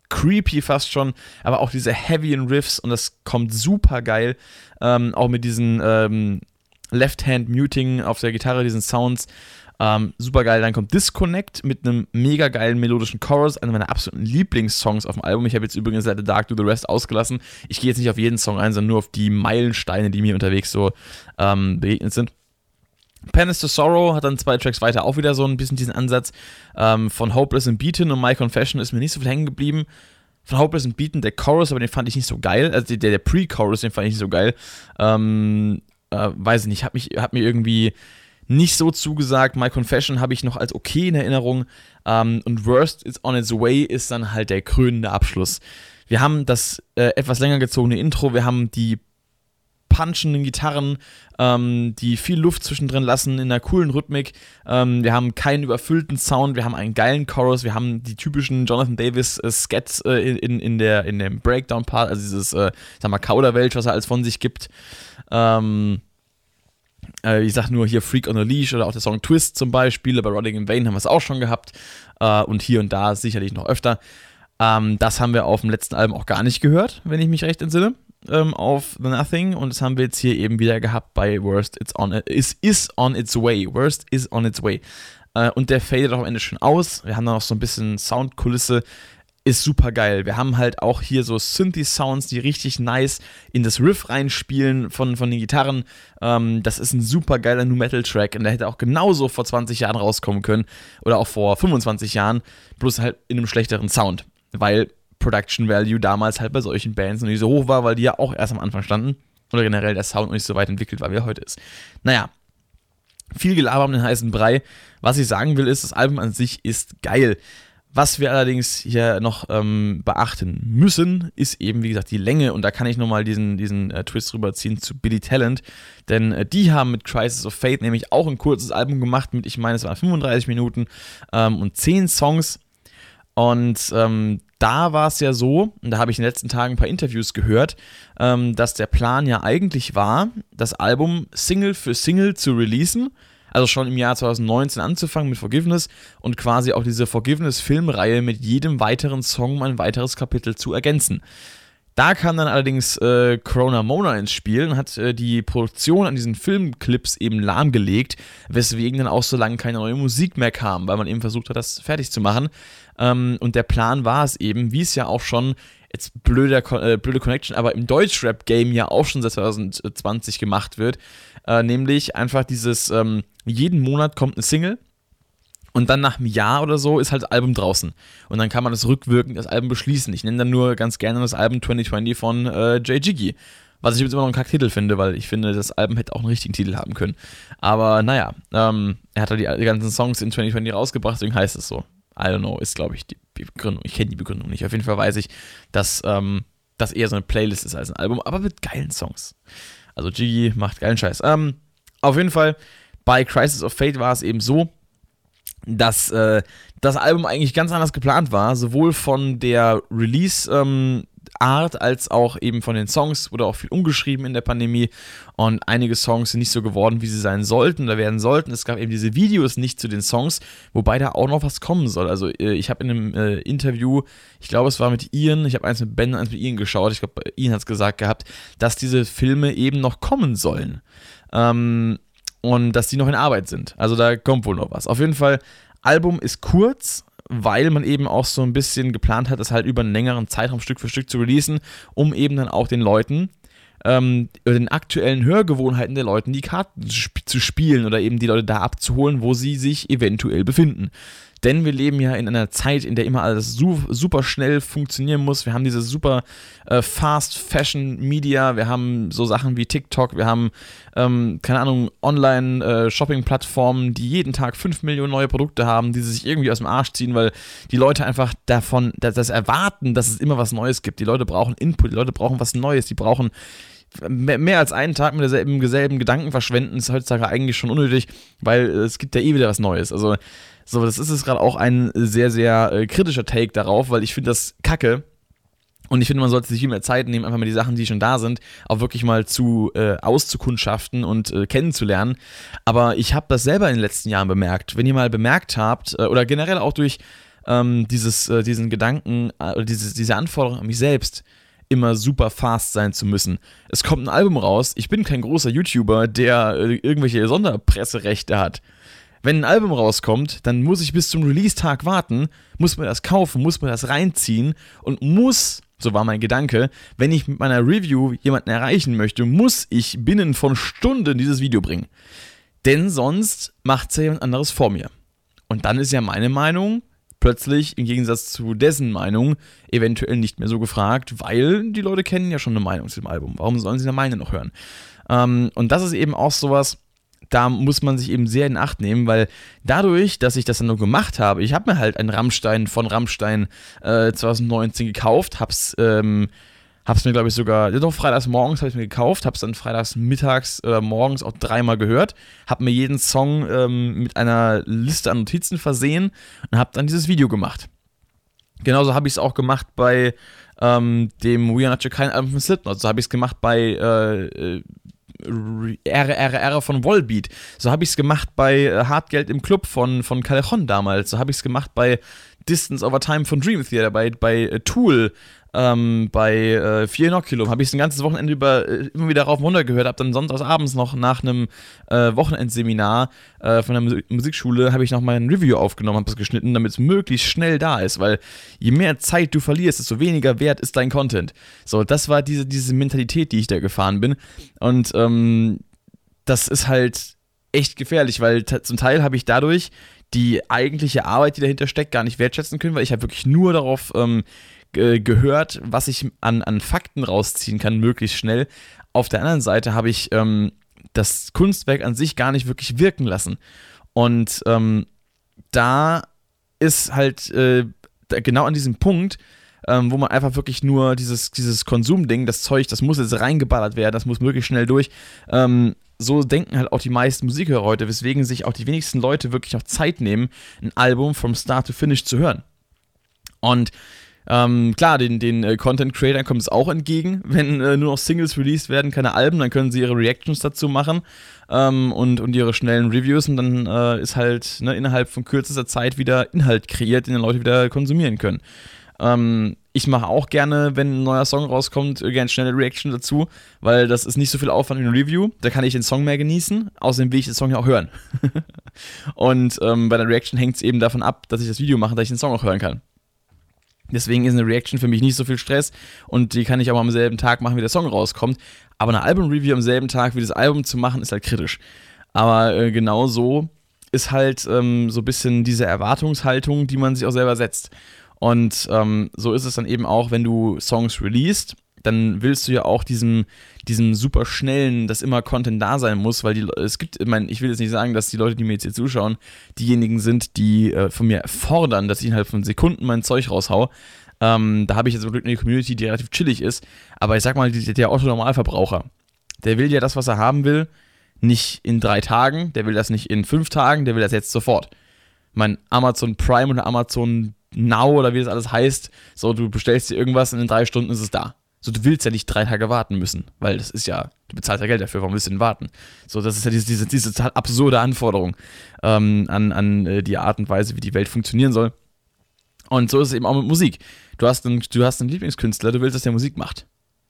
A: creepy fast schon, aber auch diese heavyen Riffs und das kommt super geil, auch mit diesen Left-Hand-Muting auf der Gitarre, diesen Sounds, super geil. Dann kommt Disconnect mit einem mega geilen melodischen Chorus, einer meiner absoluten Lieblingssongs auf dem Album. Ich habe jetzt übrigens Let the Dark Do the Rest ausgelassen. Ich gehe jetzt nicht auf jeden Song ein, sondern nur auf die Meilensteine, die mir unterwegs so begegnet sind. Pen is to Sorrow hat dann 2 Tracks weiter auch wieder so ein bisschen diesen Ansatz. Von Hopeless and Beaten und My Confession ist mir nicht so viel hängen geblieben. Von Hopeless and Beaten, der Chorus, aber den fand ich nicht so geil. Also der Pre-Chorus, den fand ich nicht so geil. Weiß ich nicht, hat mir irgendwie nicht so zugesagt. My Confession habe ich noch als okay in Erinnerung. Und Worst is on its way ist dann halt der krönende Abschluss. Wir haben das etwas länger gezogene Intro, wir haben die punchenden Gitarren, die viel Luft zwischendrin lassen, in einer coolen Rhythmik. Wir haben keinen überfüllten Sound, wir haben einen geilen Chorus, wir haben die typischen Jonathan Davis Skets in dem Breakdown-Part, also dieses, sag mal, Kauderwelsch, was er alles von sich gibt. Ich sag nur hier Freak on a Leash oder auch der Song Twist zum Beispiel, bei Rotting in Vain haben wir es auch schon gehabt und hier und da sicherlich noch öfter. Das haben wir auf dem letzten Album auch gar nicht gehört, wenn ich mich recht entsinne, auf The Nothing, und das haben wir jetzt hier eben wieder gehabt bei Worst is on its way. Worst is on its way. Und der fadet auch am Ende schön aus. Wir haben dann noch so ein bisschen Soundkulisse. Ist super geil. Wir haben halt auch hier so Synthi-Sounds, die richtig nice in das Riff reinspielen von den Gitarren. Das ist ein super geiler Nu-Metal-Track und der hätte auch genauso vor 20 Jahren rauskommen können oder auch vor 25 Jahren, bloß halt in einem schlechteren Sound, weil Production Value damals halt bei solchen Bands noch nicht so hoch war, weil die ja auch erst am Anfang standen oder generell der Sound noch nicht so weit entwickelt war, wie er heute ist. Naja, viel Gelaber um den heißen Brei. Was ich sagen will ist, das Album an sich ist geil. Was wir allerdings hier noch beachten müssen, ist eben, wie gesagt, die Länge. Und da kann ich nochmal diesen Twist rüberziehen zu Billy Talent. Denn die haben mit Crisis of Fate nämlich auch ein kurzes Album gemacht mit, ich meine, es waren 35 Minuten und 10 Songs. Und da war es ja so, und da habe ich in den letzten Tagen ein paar Interviews gehört, dass der Plan ja eigentlich war, das Album Single für Single zu releasen. Also schon im Jahr 2019 anzufangen mit Forgiveness und quasi auch diese Forgiveness-Filmreihe mit jedem weiteren Song ein weiteres Kapitel zu ergänzen. Da kam dann allerdings Corona Mona ins Spiel und hat die Produktion an diesen Filmclips eben lahmgelegt, weswegen dann auch so lange keine neue Musik mehr kam, weil man eben versucht hat, das fertig zu machen. Und der Plan war es eben, wie es ja auch schon, jetzt blöde Connection, aber im Deutschrap-Game ja auch schon seit 2020 gemacht wird, nämlich einfach dieses, jeden Monat kommt eine Single und dann nach einem Jahr oder so ist halt das Album draußen. Und dann kann man das rückwirkend das Album beschließen. Ich nenne dann nur ganz gerne das Album 2020 von Jay Jiggy, was ich jetzt immer noch einen Kacktitel finde, weil ich finde, das Album hätte auch einen richtigen Titel haben können. Aber naja, er hat halt die ganzen Songs in 2020 rausgebracht, deswegen heißt es so. I don't know, ist glaube ich die Begründung. Ich kenne die Begründung nicht. Auf jeden Fall weiß ich, dass das eher so eine Playlist ist als ein Album, aber mit geilen Songs. Also Jiggy macht geilen Scheiß. Auf jeden Fall, bei Crisis of Fate war es eben so, dass das Album eigentlich ganz anders geplant war, sowohl von der Release-Art als auch eben von den Songs. Wurde auch viel umgeschrieben in der Pandemie und einige Songs sind nicht so geworden, wie sie sein sollten oder werden sollten. Es gab eben diese Videos nicht zu den Songs, wobei da auch noch was kommen soll. Also ich habe in einem Interview, ich glaube es war mit Ian, ich habe eins mit Ben und eins mit Ian geschaut, ich glaube Ian hat es gesagt gehabt, dass diese Filme eben noch kommen sollen. Und dass die noch in Arbeit sind. Also da kommt wohl noch was. Auf jeden Fall, Album ist kurz, weil man eben auch so ein bisschen geplant hat, das halt über einen längeren Zeitraum Stück für Stück zu releasen, um eben dann auch den Leuten, den aktuellen Hörgewohnheiten der Leuten die Karten zu spielen oder eben die Leute da abzuholen, wo sie sich eventuell befinden. Denn wir leben ja in einer Zeit, in der immer alles super schnell funktionieren muss. Wir haben diese super Fast Fashion Media, wir haben so Sachen wie TikTok, wir haben, keine Ahnung, Online-Shopping-Plattformen, die jeden Tag 5 Millionen neue Produkte haben, die sie sich irgendwie aus dem Arsch ziehen, weil die Leute einfach davon, das erwarten, dass es immer was Neues gibt. Die Leute brauchen Input, die Leute brauchen was Neues, die brauchen mehr als einen Tag mit derselben Gedanken verschwenden, ist heutzutage eigentlich schon unnötig, weil es gibt ja eh wieder was Neues. Also so, das ist jetzt gerade auch ein sehr, sehr kritischer Take darauf, weil ich finde das kacke und ich finde, man sollte sich viel mehr Zeit nehmen, einfach mal die Sachen, die schon da sind, auch wirklich mal auszukundschaften und kennenzulernen. Aber ich habe das selber in den letzten Jahren bemerkt. Wenn ihr mal bemerkt habt, oder generell auch durch diesen Gedanken, diese Anforderung an mich selbst, immer super fast sein zu müssen. Es kommt ein Album raus, ich bin kein großer YouTuber, der irgendwelche Sonderpresserechte hat. Wenn ein Album rauskommt, dann muss ich bis zum Release-Tag warten, muss mir das kaufen, muss mir das reinziehen und muss, so war mein Gedanke, wenn ich mit meiner Review jemanden erreichen möchte, muss ich binnen von Stunden dieses Video bringen. Denn sonst macht es ja jemand anderes vor mir. Und dann ist ja meine Meinung plötzlich im Gegensatz zu dessen Meinung eventuell nicht mehr so gefragt, weil die Leute kennen ja schon eine Meinung zu dem Album. Warum sollen sie eine Meinung noch hören? Und das ist eben auch sowas, da muss man sich eben sehr in Acht nehmen, weil dadurch, dass ich das dann nur gemacht habe, ich habe mir halt ein Rammstein von Rammstein 2019 gekauft, hab's mir, glaube ich, sogar, doch freitags morgens habe ich mir gekauft, hab's dann freitags mittags oder morgens auch 3-mal gehört, hab mir jeden Song mit einer Liste an Notizen versehen und hab dann dieses Video gemacht. Genauso habe ich es auch gemacht bei dem We Are Not Your Kind Album von Slipknot, so habe ich es gemacht bei RRR von Volbeat, so habe ich es gemacht bei Hartgeld im Club von Callejon damals, so habe ich es gemacht bei Distance Over Time von Dream Theater, bei Tool, bei 4 Inoculum, habe ich es ein ganzes Wochenende über immer wieder rauf und runter gehört, habe dann sonntags abends noch nach einem Wochenendseminar von der Musikschule, habe ich noch mal ein Review aufgenommen, habe es geschnitten, damit es möglichst schnell da ist, weil je mehr Zeit du verlierst, desto weniger wert ist dein Content. So, das war diese Mentalität, die ich da gefahren bin und das ist halt echt gefährlich, weil zum Teil habe ich dadurch die eigentliche Arbeit, die dahinter steckt, gar nicht wertschätzen können, weil ich habe wirklich nur darauf gehört, was ich an Fakten rausziehen kann, möglichst schnell. Auf der anderen Seite habe ich das Kunstwerk an sich gar nicht wirklich wirken lassen. Und da ist halt genau an diesem Punkt, wo man einfach wirklich nur dieses Konsumding, das Zeug, das muss jetzt reingeballert werden, das muss möglichst schnell durch. So denken halt auch die meisten Musikhörer heute, weswegen sich auch die wenigsten Leute wirklich noch Zeit nehmen, ein Album from Start to Finish zu hören. Und klar, den Content-Creatern kommt es auch entgegen, wenn nur noch Singles released werden, keine Alben, dann können sie ihre Reactions dazu machen und ihre schnellen Reviews und dann ist halt innerhalb von kürzester Zeit wieder Inhalt kreiert, den die Leute wieder konsumieren können. Ich mache auch gerne, wenn ein neuer Song rauskommt, gerne schnelle Reaction dazu, weil das ist nicht so viel Aufwand wie eine Review, da kann ich den Song mehr genießen, außerdem will ich den Song ja auch hören. Und bei der Reaction hängt es eben davon ab, dass ich das Video mache, dass ich den Song auch hören kann. Deswegen ist eine Reaction für mich nicht so viel Stress und die kann ich auch am selben Tag machen, wie der Song rauskommt. Aber eine Album-Review am selben Tag wie das Album zu machen, ist halt kritisch. Aber genau so ist halt so ein bisschen diese Erwartungshaltung, die man sich auch selber setzt. Und so ist es dann eben auch, wenn du Songs releast, dann willst du ja auch diesem super schnellen, dass immer Content da sein muss, weil ich will jetzt nicht sagen, dass die Leute, die mir jetzt hier zuschauen, diejenigen sind, die von mir fordern, dass ich innerhalb von Sekunden mein Zeug raushau. Da habe ich jetzt wirklich eine Community, die relativ chillig ist, aber ich sag mal, der Otto-Normalverbraucher, der will ja das, was er haben will, nicht in 3 Tagen, der will das nicht in 5 Tagen, der will das jetzt sofort. Mein Amazon Prime oder Amazon Now oder wie das alles heißt, so, du bestellst dir irgendwas und in 3 Stunden ist es da. So, du willst ja nicht 3 Tage warten müssen, weil das ist ja, du bezahlst ja Geld dafür, warum willst du denn warten? So, das ist ja diese total absurde Anforderung an die Art und Weise, wie die Welt funktionieren soll. Und so ist es eben auch mit Musik. Du hast einen Lieblingskünstler, du willst, dass der Musik macht.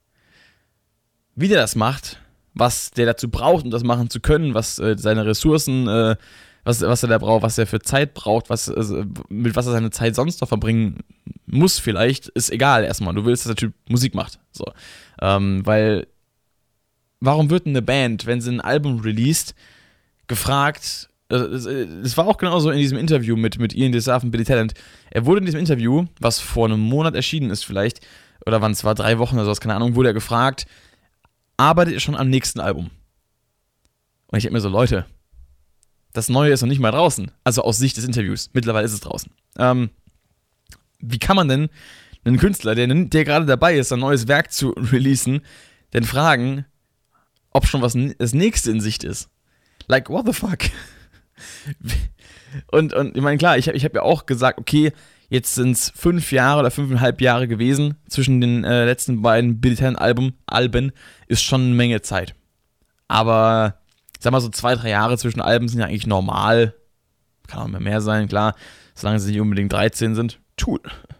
A: Wie der das macht, was der dazu braucht, um das machen zu können, was seine Ressourcen, was er da braucht, was er für Zeit braucht, mit was er seine Zeit sonst noch verbringen muss vielleicht, ist egal erstmal. Du willst, dass der Typ Musik macht. So. Weil, warum wird eine Band, wenn sie ein Album released, gefragt, es war auch genauso in diesem Interview mit Ian Desaf und Billy Talent, er wurde in diesem Interview, was vor einem Monat erschienen ist vielleicht, oder wann es war, 3 Wochen oder sowas, keine Ahnung, wurde er gefragt, arbeitet ihr schon am nächsten Album? Und ich denke mir so, Leute, das Neue ist noch nicht mal draußen. Also aus Sicht des Interviews. Mittlerweile ist es draußen. Wie kann man denn einen Künstler, der gerade dabei ist, ein neues Werk zu releasen, denn fragen, ob schon was das nächste in Sicht ist? Like, what the fuck? Und ich meine, klar, ich hab ja auch gesagt, okay, jetzt sind es 5 Jahre oder 5,5 Jahre gewesen zwischen den letzten beiden Billy Talent Alben, ist schon eine Menge Zeit. Aber ich sag mal so 2-3 Jahre zwischen Alben sind ja eigentlich normal. Kann auch mehr sein, klar. solange sie nicht unbedingt 13 sind. Tool.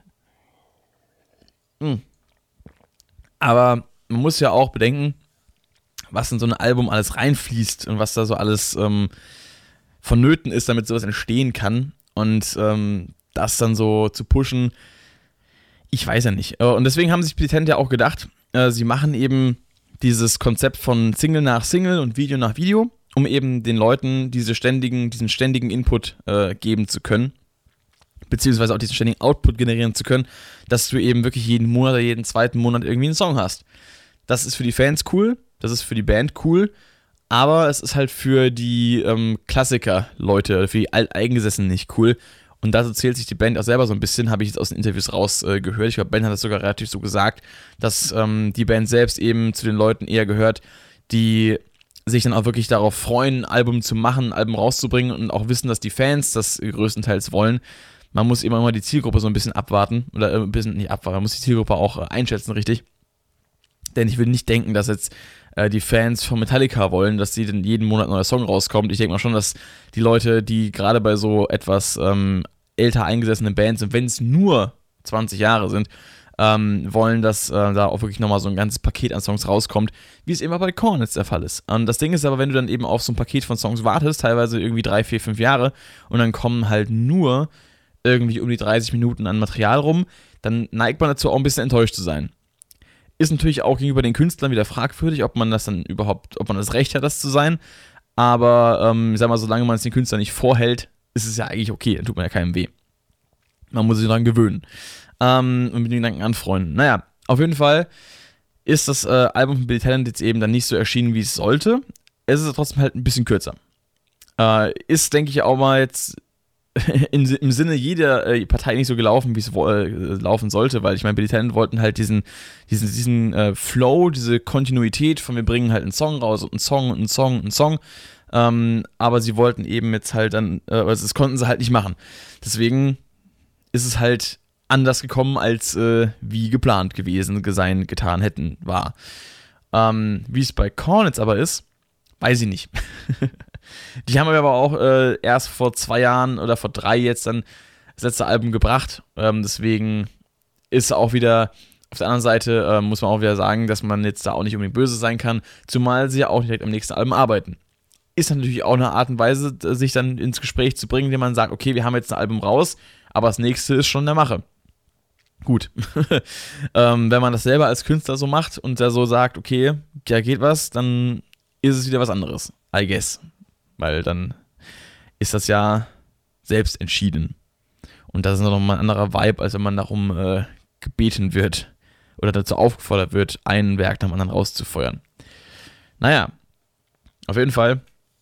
A: Aber man muss ja auch bedenken, was in so ein Album alles reinfließt und was da so alles vonnöten ist, damit sowas entstehen kann. Und das dann so zu pushen, ich weiß ja nicht. Und deswegen haben sich Petitente ja auch gedacht, sie machen eben dieses Konzept von Single nach Single und Video nach Video, um eben den Leuten diesen ständigen Input geben zu können, beziehungsweise auch diesen ständigen Output generieren zu können, dass du eben wirklich jeden Monat oder jeden zweiten Monat irgendwie einen Song hast. Das ist für die Fans cool, das ist für die Band cool, aber es ist halt für die Klassiker-Leute, für die Alteingesessenen nicht cool. Und dazu zählt sich die Band auch selber so ein bisschen, habe ich jetzt aus den Interviews rausgehört. Ich glaube, Ben hat das sogar relativ so gesagt, dass die Band selbst eben zu den Leuten eher gehört, die sich dann auch wirklich darauf freuen, ein Album zu machen, ein Album rauszubringen und auch wissen, dass die Fans das größtenteils wollen. Man muss eben immer die Zielgruppe so ein bisschen abwarten oder ein bisschen nicht abwarten, man muss die Zielgruppe auch einschätzen, richtig. Denn ich will nicht denken, dass jetzt die Fans von Metallica wollen, dass sie dann jeden Monat ein neuer Song rauskommt. Ich denke mal schon, dass die Leute, die gerade bei so etwas älter eingesessenen Bands sind, wenn es nur 20 Jahre sind, wollen, dass da auch wirklich nochmal so ein ganzes Paket an Songs rauskommt, wie es eben bei Korn jetzt der Fall ist. Das Ding ist aber, wenn du dann eben auf so ein Paket von Songs wartest, teilweise irgendwie 3, 4, 5 Jahre und dann kommen halt nur irgendwie um die 30 Minuten an Material rum, dann neigt man dazu auch ein bisschen enttäuscht zu sein. Ist natürlich auch gegenüber den Künstlern wieder fragwürdig, ob man das Recht hat, das zu sein. Aber ich sag mal, solange man es den Künstlern nicht vorhält, ist es ja eigentlich okay, dann tut man ja keinem weh. Man muss sich daran gewöhnen. Und mit den Gedanken anfreunden. Naja, auf jeden Fall ist das Album von Billy Talent jetzt eben dann nicht so erschienen, wie es sollte. Es ist trotzdem halt ein bisschen kürzer. Ist, denke ich, auch mal jetzt im Sinne jeder Partei nicht so gelaufen, wie es laufen sollte, weil ich meine, Billy Talent wollten halt diesen Flow, diese Kontinuität von wir bringen halt einen Song raus und einen Song und einen Song und einen Song, aber sie wollten eben jetzt halt dann, das konnten sie halt nicht machen. Deswegen ist es halt anders gekommen, als wie geplant gewesen, getan hätten, war. Wie es bei Korn jetzt aber ist, weiß ich nicht. Die haben aber auch erst vor 2 Jahren oder vor 3 jetzt dann das letzte Album gebracht. Deswegen ist auch wieder, auf der anderen Seite muss man auch wieder sagen, dass man jetzt da auch nicht unbedingt böse sein kann, zumal sie ja auch direkt am nächsten Album arbeiten. Ist natürlich auch eine Art und Weise, sich dann ins Gespräch zu bringen, indem man sagt, okay, wir haben jetzt ein Album raus, aber das nächste ist schon in der Mache. Gut. Wenn man das selber als Künstler so macht und da so sagt, okay, ja geht was, dann ist es wieder was anderes, I guess. Weil dann ist das ja selbst entschieden. Und das ist nochmal ein anderer Vibe, als wenn man darum gebeten wird oder dazu aufgefordert wird, ein Werk nach dem anderen rauszufeuern. Naja, auf jeden Fall,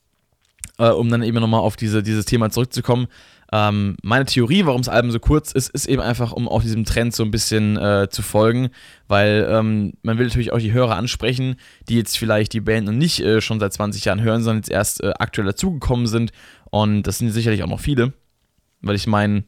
A: um dann eben nochmal auf dieses Thema zurückzukommen, meine Theorie, warum das Album so kurz ist, ist eben einfach, um auch diesem Trend so ein bisschen zu folgen, weil man will natürlich auch die Hörer ansprechen, die jetzt vielleicht die Band noch nicht schon seit 20 Jahren hören, sondern jetzt erst aktuell dazugekommen sind, und das sind sicherlich auch noch viele, weil ich meine,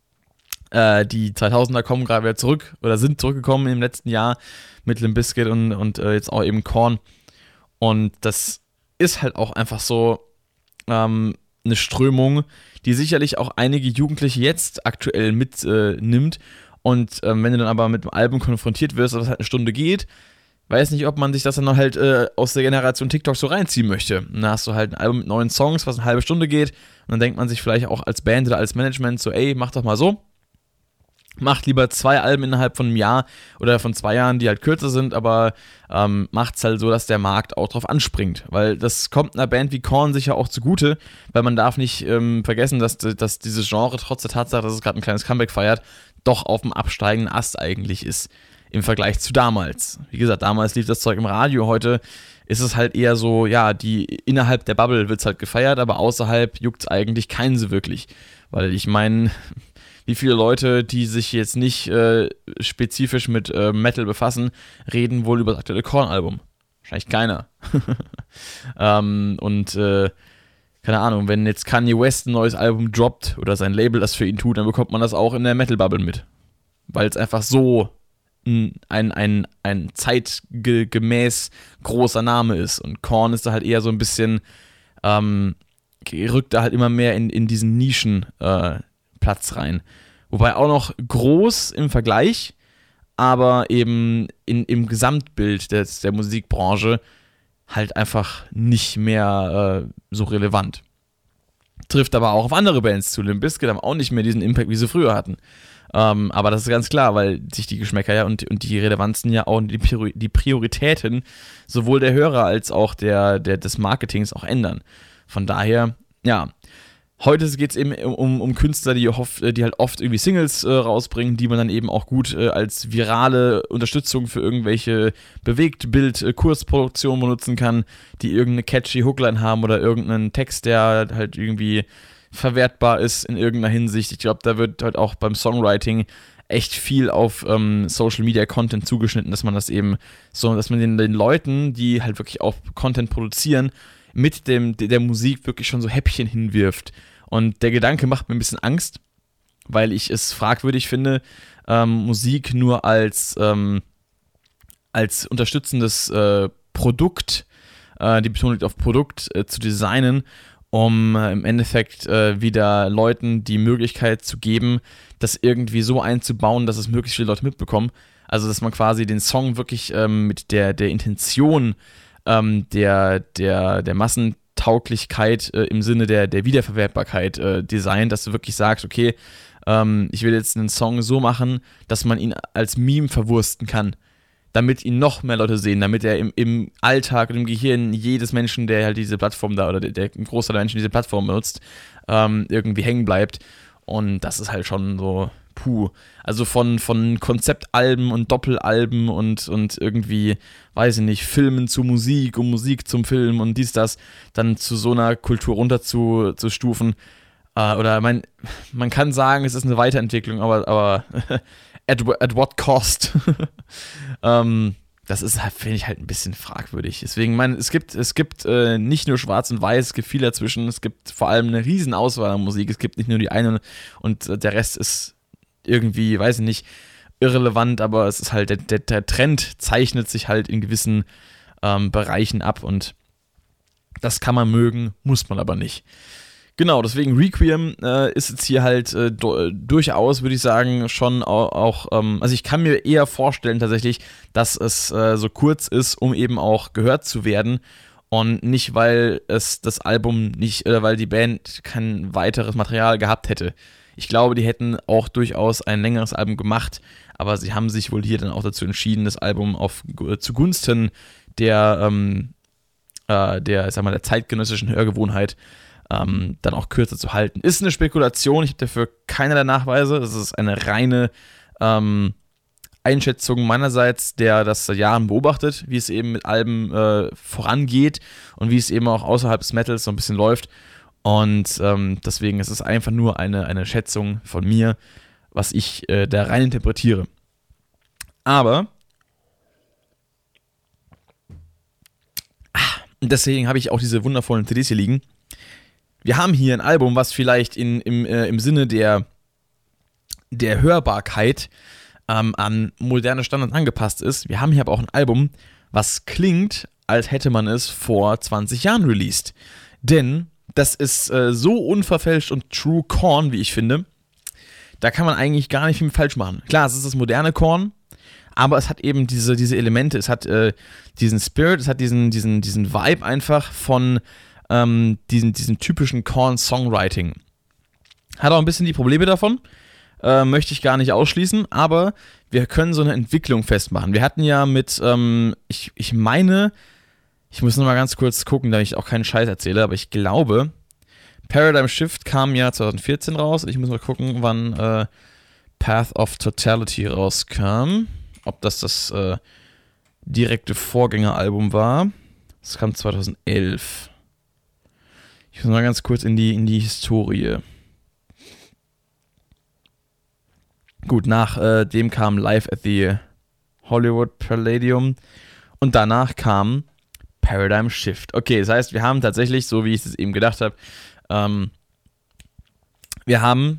A: die 2000er kommen gerade wieder zurück oder sind zurückgekommen im letzten Jahr mit Limp Bizkit und jetzt auch eben Korn, und das ist halt auch einfach so eine Strömung, die sicherlich auch einige Jugendliche jetzt aktuell mitnimmt. Und wenn du dann aber mit dem Album konfrontiert wirst, was halt eine Stunde geht, weiß nicht, ob man sich das dann halt aus der Generation TikTok so reinziehen möchte. Und dann hast du halt ein Album mit 9 Songs, was eine halbe Stunde geht, und dann denkt man sich vielleicht auch als Band oder als Management so, ey, mach doch mal so. Macht lieber 2 Alben innerhalb von einem Jahr oder von 2 Jahren, die halt kürzer sind, aber macht's halt so, dass der Markt auch drauf anspringt. Weil das kommt einer Band wie Korn sicher auch zugute, weil man darf nicht vergessen, dass dieses Genre trotz der Tatsache, dass es gerade ein kleines Comeback feiert, doch auf dem absteigenden Ast eigentlich ist im Vergleich zu damals. Wie gesagt, damals lief das Zeug im Radio, heute ist es halt eher so, ja, innerhalb der Bubble wird's halt gefeiert, aber außerhalb juckt's eigentlich keinen so wirklich. Weil ich meine, wie viele Leute, die sich jetzt nicht spezifisch mit Metal befassen, reden wohl über das aktuelle Korn-Album? Wahrscheinlich keiner. Keine Ahnung, wenn jetzt Kanye West ein neues Album droppt oder sein Label das für ihn tut, dann bekommt man das auch in der Metal-Bubble mit. Weil es einfach so ein zeitgemäß großer Name ist. Und Korn ist da halt eher so ein bisschen, rückt da halt immer mehr in diesen Nischen Platz rein. Wobei auch noch groß im Vergleich, aber eben im Gesamtbild der Musikbranche halt einfach nicht mehr so relevant. Trifft aber auch auf andere Bands zu. Limp Bizkit haben auch nicht mehr diesen Impact, wie sie früher hatten. Aber das ist ganz klar, weil sich die Geschmäcker ja und die Relevanzen ja auch die Prioritäten sowohl der Hörer als auch des Marketings auch ändern. Von daher, ja, heute geht es eben um Künstler, die halt oft irgendwie Singles rausbringen, die man dann eben auch gut als virale Unterstützung für irgendwelche Bewegtbild-Kursproduktionen benutzen kann, die irgendeine catchy Hookline haben oder irgendeinen Text, der halt irgendwie verwertbar ist in irgendeiner Hinsicht. Ich glaube, da wird halt auch beim Songwriting echt viel auf Social Media Content zugeschnitten, dass man das eben so, dass man den Leuten, die halt wirklich auch Content produzieren, mit der Musik wirklich schon so Häppchen hinwirft. Und der Gedanke macht mir ein bisschen Angst, weil ich es fragwürdig finde, Musik nur als unterstützendes Produkt, die Betonung liegt auf Produkt, zu designen, um im Endeffekt wieder Leuten die Möglichkeit zu geben, das irgendwie so einzubauen, dass es möglichst viele Leute mitbekommen. Also, dass man quasi den Song wirklich mit der Intention der Massentauglichkeit im Sinne der Wiederverwertbarkeit designt, dass du wirklich sagst, okay, ich will jetzt einen Song so machen, dass man ihn als Meme verwursten kann, damit ihn noch mehr Leute sehen, damit er im Alltag und im Gehirn jedes Menschen, der halt diese Plattform da oder der Großteil der Menschen diese Plattform benutzt, irgendwie hängen bleibt. Und das ist halt schon so, also von Konzeptalben und Doppelalben und irgendwie, weiß ich nicht, Filmen zu Musik und Musik zum Film und dies, das, dann zu so einer Kultur runter zu stufen. Oder man kann sagen, es ist eine Weiterentwicklung, aber at what cost? Das ist halt, finde ich, halt ein bisschen fragwürdig. Deswegen, es gibt nicht nur Schwarz und Weiß, es gibt viel dazwischen. Es gibt vor allem eine riesen Auswahl an Musik. Es gibt nicht nur die eine und der Rest ist irgendwie, weiß ich nicht, irrelevant, aber es ist halt, der Trend zeichnet sich halt in gewissen Bereichen ab und das kann man mögen, muss man aber nicht. Genau, deswegen Requiem ist jetzt hier halt durchaus, würde ich sagen, schon auch also ich kann mir eher vorstellen tatsächlich, dass es so kurz ist, um eben auch gehört zu werden und nicht, weil es das Album nicht, weil die Band kein weiteres Material gehabt hätte. Ich glaube, die hätten auch durchaus ein längeres Album gemacht, aber sie haben sich wohl hier dann auch dazu entschieden, das Album zugunsten der ich sag mal, der zeitgenössischen Hörgewohnheit dann auch kürzer zu halten. Ist eine Spekulation, ich habe dafür keinerlei Nachweise. Das ist eine reine Einschätzung meinerseits, der das seit Jahren beobachtet, wie es eben mit Alben vorangeht und wie es eben auch außerhalb des Metals so ein bisschen läuft. Und deswegen ist es einfach nur eine Schätzung von mir, was ich da rein interpretiere. Aber deswegen habe ich auch diese wundervollen CDs hier liegen. Wir haben hier ein Album, was vielleicht im Sinne der Hörbarkeit an moderne Standards angepasst ist. Wir haben hier aber auch ein Album, was klingt, als hätte man es vor 20 Jahren released. Denn das ist so unverfälscht und true Korn, wie ich finde. Da kann man eigentlich gar nicht viel falsch machen. Klar, es ist das moderne Korn, aber es hat eben diese Elemente, es hat diesen Spirit, es hat diesen Vibe einfach von diesem typischen Korn-Songwriting. Hat auch ein bisschen die Probleme davon, möchte ich gar nicht ausschließen, aber wir können so eine Entwicklung festmachen. Wir hatten ja mit, ich meine, ich muss nochmal ganz kurz gucken, damit ich auch keinen Scheiß erzähle, aber ich glaube, Paradigm Shift kam ja 2014 raus. Ich muss mal gucken, wann Path of Totality rauskam. Ob das direkte Vorgängeralbum war. Das kam 2011. Ich muss mal ganz kurz in die Historie. Gut, nach dem kam Live at the Hollywood Palladium und danach kam Paradigm Shift. Okay, das heißt, wir haben tatsächlich, so wie ich es eben gedacht habe, wir haben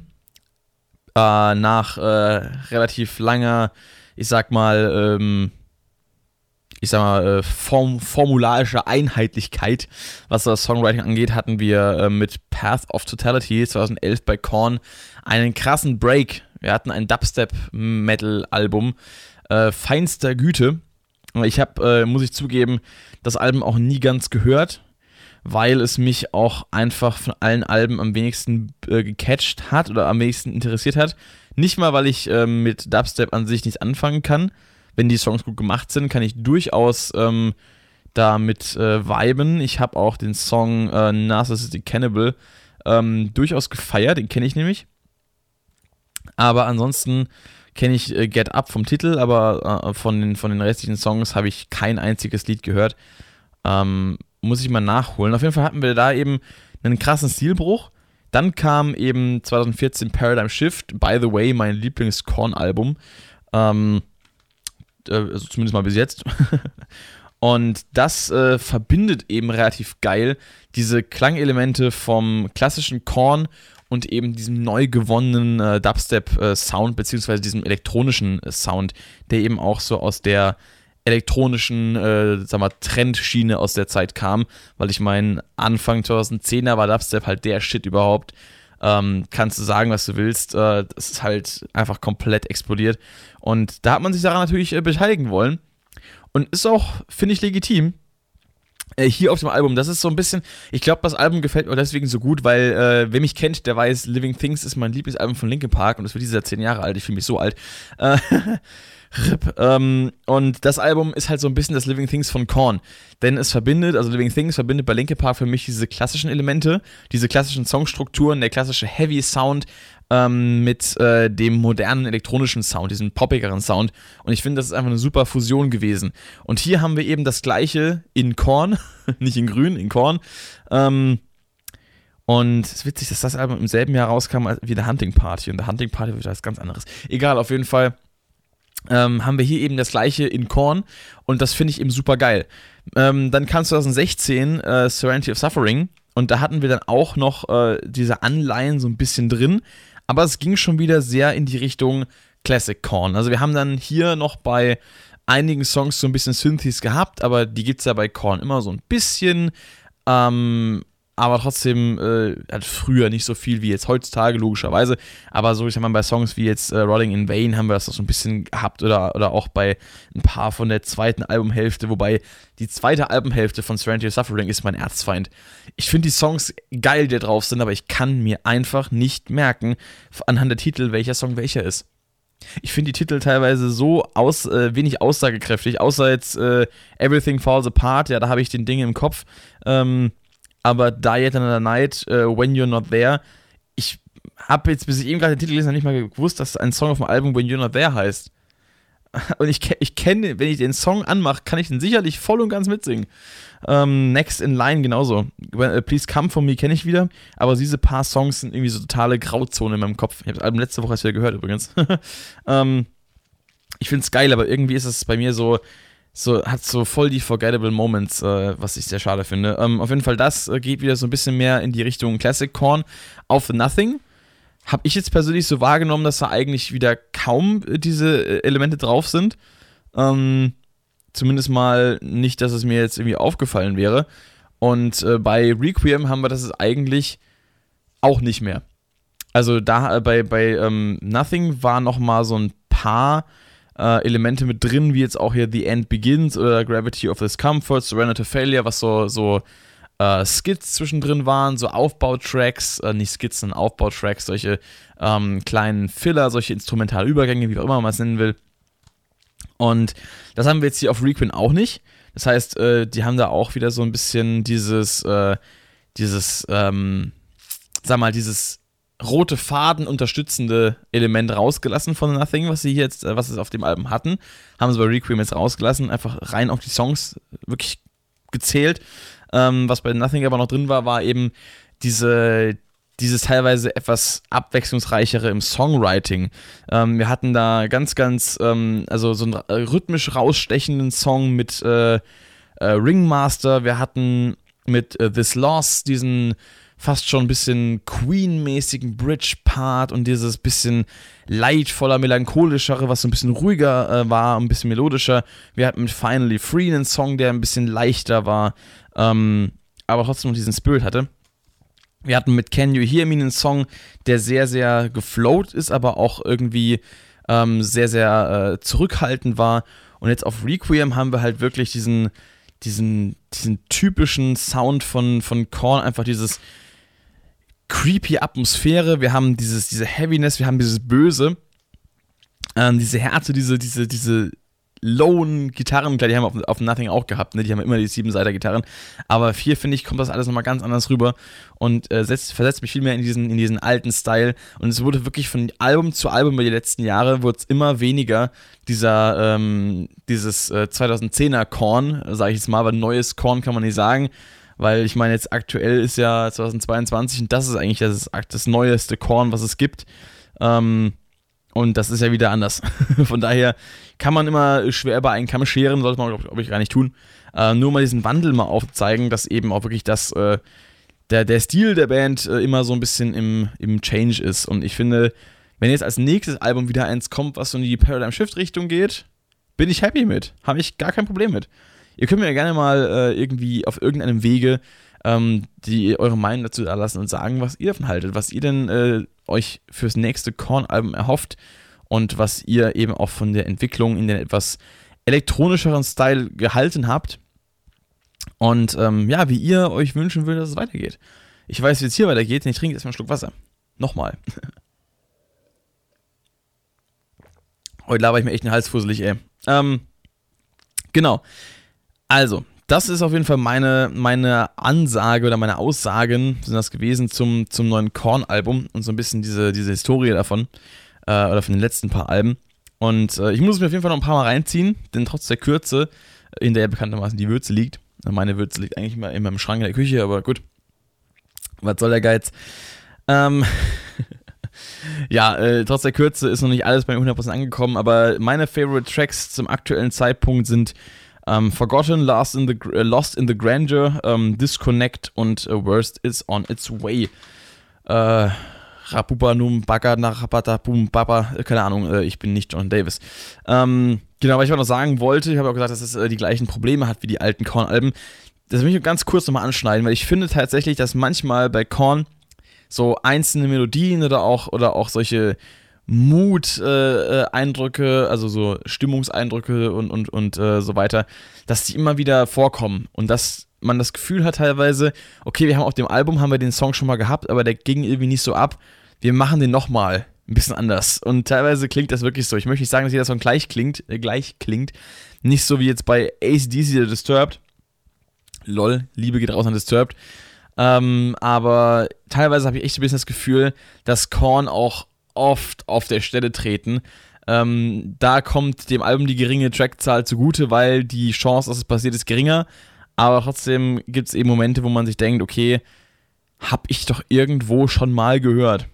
A: nach relativ langer, ich sag mal, ich sag mal, formularische Einheitlichkeit, was das Songwriting angeht, hatten wir mit Path of Totality 2011 bei Korn einen krassen Break. Wir hatten ein Dubstep-Metal-Album feinster Güte. Ich habe, muss ich zugeben, das Album auch nie ganz gehört, weil es mich auch einfach von allen Alben am wenigsten gecatcht hat oder am wenigsten interessiert hat. Nicht mal, weil ich mit Dubstep an sich nichts anfangen kann. Wenn die Songs gut gemacht sind, kann ich durchaus damit viben. Ich habe auch den Song Narcissistic Cannibal durchaus gefeiert, den kenne ich nämlich. Aber ansonsten kenne ich Get Up vom Titel, aber von den restlichen Songs habe ich kein einziges Lied gehört. Muss ich mal nachholen. Auf jeden Fall hatten wir da eben einen krassen Stilbruch. Dann kam eben 2014 Paradigm Shift, by the way, mein Lieblings-Korn-Album. Also zumindest mal bis jetzt. Und das verbindet eben relativ geil diese Klangelemente vom klassischen Korn und eben diesem neu gewonnenen Dubstep-Sound, beziehungsweise diesem elektronischen Sound, der eben auch so aus der elektronischen, Trendschiene aus der Zeit kam, weil ich meine, Anfang 2010er war Dubstep halt der Shit überhaupt. Kannst du sagen, was du willst, das ist halt einfach komplett explodiert. Und da hat man sich daran natürlich beteiligen wollen. Und ist auch, finde ich, legitim. Hier auf dem Album, das ist so ein bisschen, ich glaube, das Album gefällt mir deswegen so gut, weil, wer mich kennt, der weiß, Living Things ist mein Lieblingsalbum von Linkin Park und das wird dieses Jahr 10 Jahre alt, ich fühle mich so alt. RIP. Und das Album ist halt so ein bisschen das Living Things von Korn. Denn es verbindet, also Living Things verbindet bei Linkin Park für mich diese klassischen Elemente, diese klassischen Songstrukturen, der klassische Heavy Sound mit dem modernen elektronischen Sound, diesem poppigeren Sound. Und ich finde, das ist einfach eine super Fusion gewesen. Und hier haben wir eben das Gleiche in Korn, nicht in Grün, in Korn. Und es ist witzig, dass das Album im selben Jahr rauskam wie The Hunting Party. Und The Hunting Party wird was ganz anderes. Egal, auf jeden Fall haben wir hier eben das Gleiche in Korn. Und das finde ich eben super geil. Dann kam 2016 Serenity of Suffering. Und da hatten wir dann auch noch diese Anleihen so ein bisschen drin. Aber es ging schon wieder sehr in die Richtung Classic Korn. Also wir haben dann hier noch bei einigen Songs so ein bisschen Synthes gehabt, aber die gibt es ja bei Korn immer so ein bisschen. Aber trotzdem halt früher nicht so viel wie jetzt heutzutage, logischerweise. Aber so, ich sag mal, bei Songs wie jetzt Rolling in Vain haben wir das noch so ein bisschen gehabt oder auch bei ein paar von der zweiten Albumhälfte, wobei die zweite Albumhälfte von Serenity of Suffering ist mein Erzfeind. Ich finde die Songs geil, die da drauf sind, aber ich kann mir einfach nicht merken, anhand der Titel, welcher Song welcher ist. Ich finde die Titel teilweise so wenig aussagekräftig, außer jetzt Everything Falls Apart, ja, da habe ich den Ding im Kopf, aber Die Yet Another Night, When You're Not There, ich habe jetzt, bis ich eben gerade den Titel gelesen habe, nicht mal gewusst, dass ein Song auf dem Album When You're Not There heißt. Und ich kenne, wenn ich den Song anmache, kann ich den sicherlich voll und ganz mitsingen. Next in Line genauso. Please Come For Me kenne ich wieder, aber diese paar Songs sind irgendwie so totale Grauzone in meinem Kopf. Ich habe das Album letzte Woche erst wieder gehört übrigens. Ich finde es geil, aber irgendwie ist es bei mir so hat so voll die forgettable Moments, was ich sehr schade finde. Auf jeden Fall, das geht wieder so ein bisschen mehr in die Richtung Classic Korn. Auf The Nothing habe ich jetzt persönlich so wahrgenommen, dass da eigentlich wieder kaum diese Elemente drauf sind. Zumindest mal nicht, dass es mir jetzt irgendwie aufgefallen wäre. Und bei Requiem haben wir das eigentlich auch nicht mehr. Also da bei Nothing war noch mal so ein paar Elemente mit drin, wie jetzt auch hier The End Begins oder Gravity of Discomfort, Surrender to Failure, was so Skits zwischendrin waren, so Aufbautracks, nicht Skizzen, Aufbautracks, solche kleinen Filler, solche instrumentale Übergänge, wie auch immer man es nennen will. Und das haben wir jetzt hier auf Requiem auch nicht. Das heißt, die haben da auch wieder so ein bisschen dieses rote Faden unterstützende Element rausgelassen von Nothing, was sie auf dem Album hatten. Haben sie bei Requiem jetzt rausgelassen, einfach rein auf die Songs wirklich gezählt. Was bei Nothing aber noch drin war eben dieses teilweise etwas abwechslungsreichere im Songwriting. Wir hatten da ganz, ganz, also so einen rhythmisch rausstechenden Song mit Ringmaster. Wir hatten mit This Loss diesen fast schon ein bisschen Queen-mäßigen Bridge-Part und dieses bisschen leidvoller, melancholischere, was so ein bisschen ruhiger war, ein bisschen melodischer. Wir hatten mit Finally Free einen Song, der ein bisschen leichter war, aber trotzdem noch diesen Spirit hatte. Wir hatten mit Can You Hear Me einen Song, der sehr, sehr geflowt ist, aber auch irgendwie sehr, sehr zurückhaltend war. Und jetzt auf Requiem haben wir halt wirklich diesen typischen Sound von Korn, einfach dieses creepy Atmosphäre, wir haben diese Heaviness, wir haben dieses Böse, diese Härte, diese lowen Gitarren, klar, die haben wir auf Nothing auch gehabt, ne? Die haben immer die 7-Seiter-Gitarren, aber hier, finde ich, kommt das alles nochmal ganz anders rüber und versetzt mich viel mehr in diesen alten Style und es wurde wirklich von Album zu Album über die letzten Jahre, wurde es immer weniger dieses 2010er Korn, sage ich jetzt mal, aber neues Korn kann man nicht sagen, weil ich meine, jetzt aktuell ist ja 2022 und das ist eigentlich das neueste Korn, was es gibt. Und das ist ja wieder anders. Von daher kann man immer schwer über einen Kamm scheren, sollte man, glaube ich, gar nicht tun. Nur mal diesen Wandel mal aufzeigen, dass eben auch wirklich der Stil der Band immer so ein bisschen im Change ist. Und ich finde, wenn jetzt als nächstes Album wieder eins kommt, was so in die Paradigm Shift Richtung geht, bin ich happy mit. Habe ich gar kein Problem mit. Ihr könnt mir ja gerne mal irgendwie auf irgendeinem Wege eure Meinung dazu erlassen und sagen, was ihr davon haltet, was ihr denn euch fürs nächste Korn-Album erhofft und was ihr eben auch von der Entwicklung in den etwas elektronischeren Style gehalten habt und wie ihr euch wünschen würdet, dass es weitergeht. Ich weiß, wie es hier weitergeht, denn ich trinke erstmal einen Schluck Wasser. Nochmal. Heute laber ich mir echt den Hals fusselig, ey. Genau. Also, das ist auf jeden Fall meine Ansage oder meine Aussagen sind das gewesen zum neuen Korn-Album und so ein bisschen diese Historie davon oder von den letzten paar Alben. Und ich muss es mir auf jeden Fall noch ein paar Mal reinziehen, denn trotz der Kürze, in der bekanntermaßen die Würze liegt, meine Würze liegt eigentlich immer in meinem Schrank in der Küche, aber gut, was soll der Geiz? Trotz der Kürze ist noch nicht alles bei mir 100% angekommen, aber meine Favorite Tracks zum aktuellen Zeitpunkt sind Forgotten, Lost in the Grandeur, Disconnect und Worst is on its way. Rapupanum, Bagger, Nachapatapum, Baba, keine Ahnung, ich bin nicht John Davis. Genau, was ich auch noch sagen wollte, ich habe auch gesagt, dass es die gleichen Probleme hat wie die alten Korn-Alben. Das will ich ganz kurz nochmal anschneiden, weil ich finde tatsächlich, dass manchmal bei Korn so einzelne Melodien oder auch solche Mood-Eindrücke, also so Stimmungseindrücke und so weiter, dass die immer wieder vorkommen und dass man das Gefühl hat teilweise, okay, wir haben auf dem Album haben wir den Song schon mal gehabt, aber der ging irgendwie nicht so ab, wir machen den nochmal ein bisschen anders und teilweise klingt das wirklich so. Ich möchte nicht sagen, dass jeder Song gleich klingt, nicht so wie jetzt bei AC/DC oder Disturbed, lol, Liebe geht raus an Disturbed, aber teilweise habe ich echt ein bisschen das Gefühl, dass Korn auch oft auf der Stelle treten. Da kommt dem Album die geringe Trackzahl zugute, weil die Chance, dass es passiert, ist geringer. Aber trotzdem gibt es eben Momente, wo man sich denkt, okay, hab ich doch irgendwo schon mal gehört.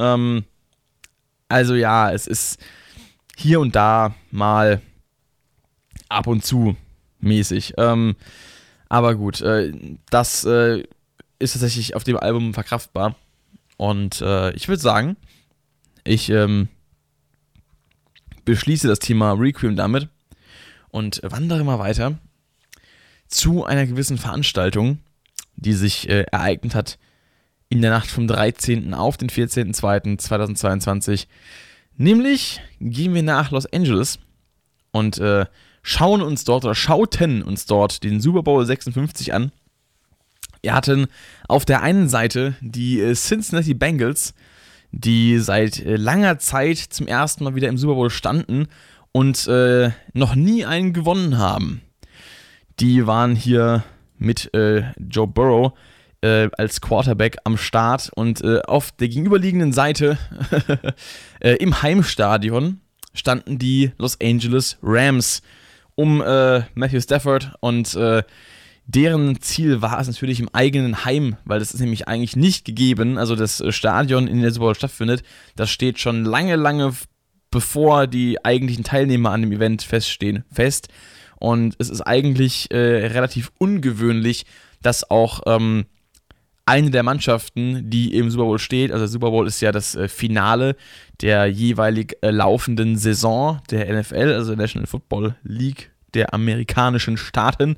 A: Also ja, es ist hier und da mal ab und zu mäßig. Aber gut, das ist tatsächlich auf dem Album verkraftbar. Und ich würde sagen, ich beschließe das Thema Requiem damit und wandere mal weiter zu einer gewissen Veranstaltung, die sich ereignet hat in der Nacht vom 13. auf den 14.02.2022. Nämlich gehen wir nach Los Angeles und schauten uns dort den Super Bowl 56 an. Wir hatten auf der einen Seite die Cincinnati Bengals, die seit langer Zeit zum ersten Mal wieder im Super Bowl standen und noch nie einen gewonnen haben. Die waren hier mit Joe Burrow als Quarterback am Start und auf der gegenüberliegenden Seite im Heimstadion standen die Los Angeles Rams um Matthew Stafford und deren Ziel war es natürlich im eigenen Heim, weil das ist nämlich eigentlich nicht gegeben. Also das Stadion, in dem der Super Bowl stattfindet, das steht schon lange bevor die eigentlichen Teilnehmer an dem Event fest. Und es ist eigentlich relativ ungewöhnlich, dass auch eine der Mannschaften, die im Super Bowl steht. Also der Super Bowl ist ja das Finale der jeweilig laufenden Saison der NFL, also der National Football League der amerikanischen Staaten.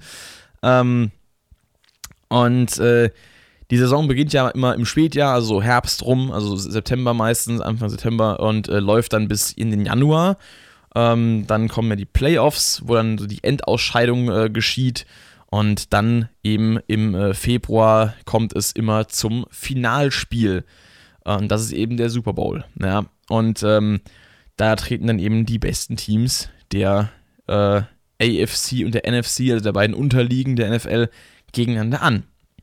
A: Die Saison beginnt ja immer im Spätjahr, also Herbst rum, also September meistens, Anfang September und läuft dann bis in den Januar. Dann kommen ja die Playoffs, wo dann so die Endausscheidung geschieht. Und dann eben im Februar kommt es immer zum Finalspiel. Und das ist eben der Super Bowl. Ja. Und da treten dann eben die besten Teams der AFC und der NFC, also der beiden Unterligen der NFL, gegeneinander an.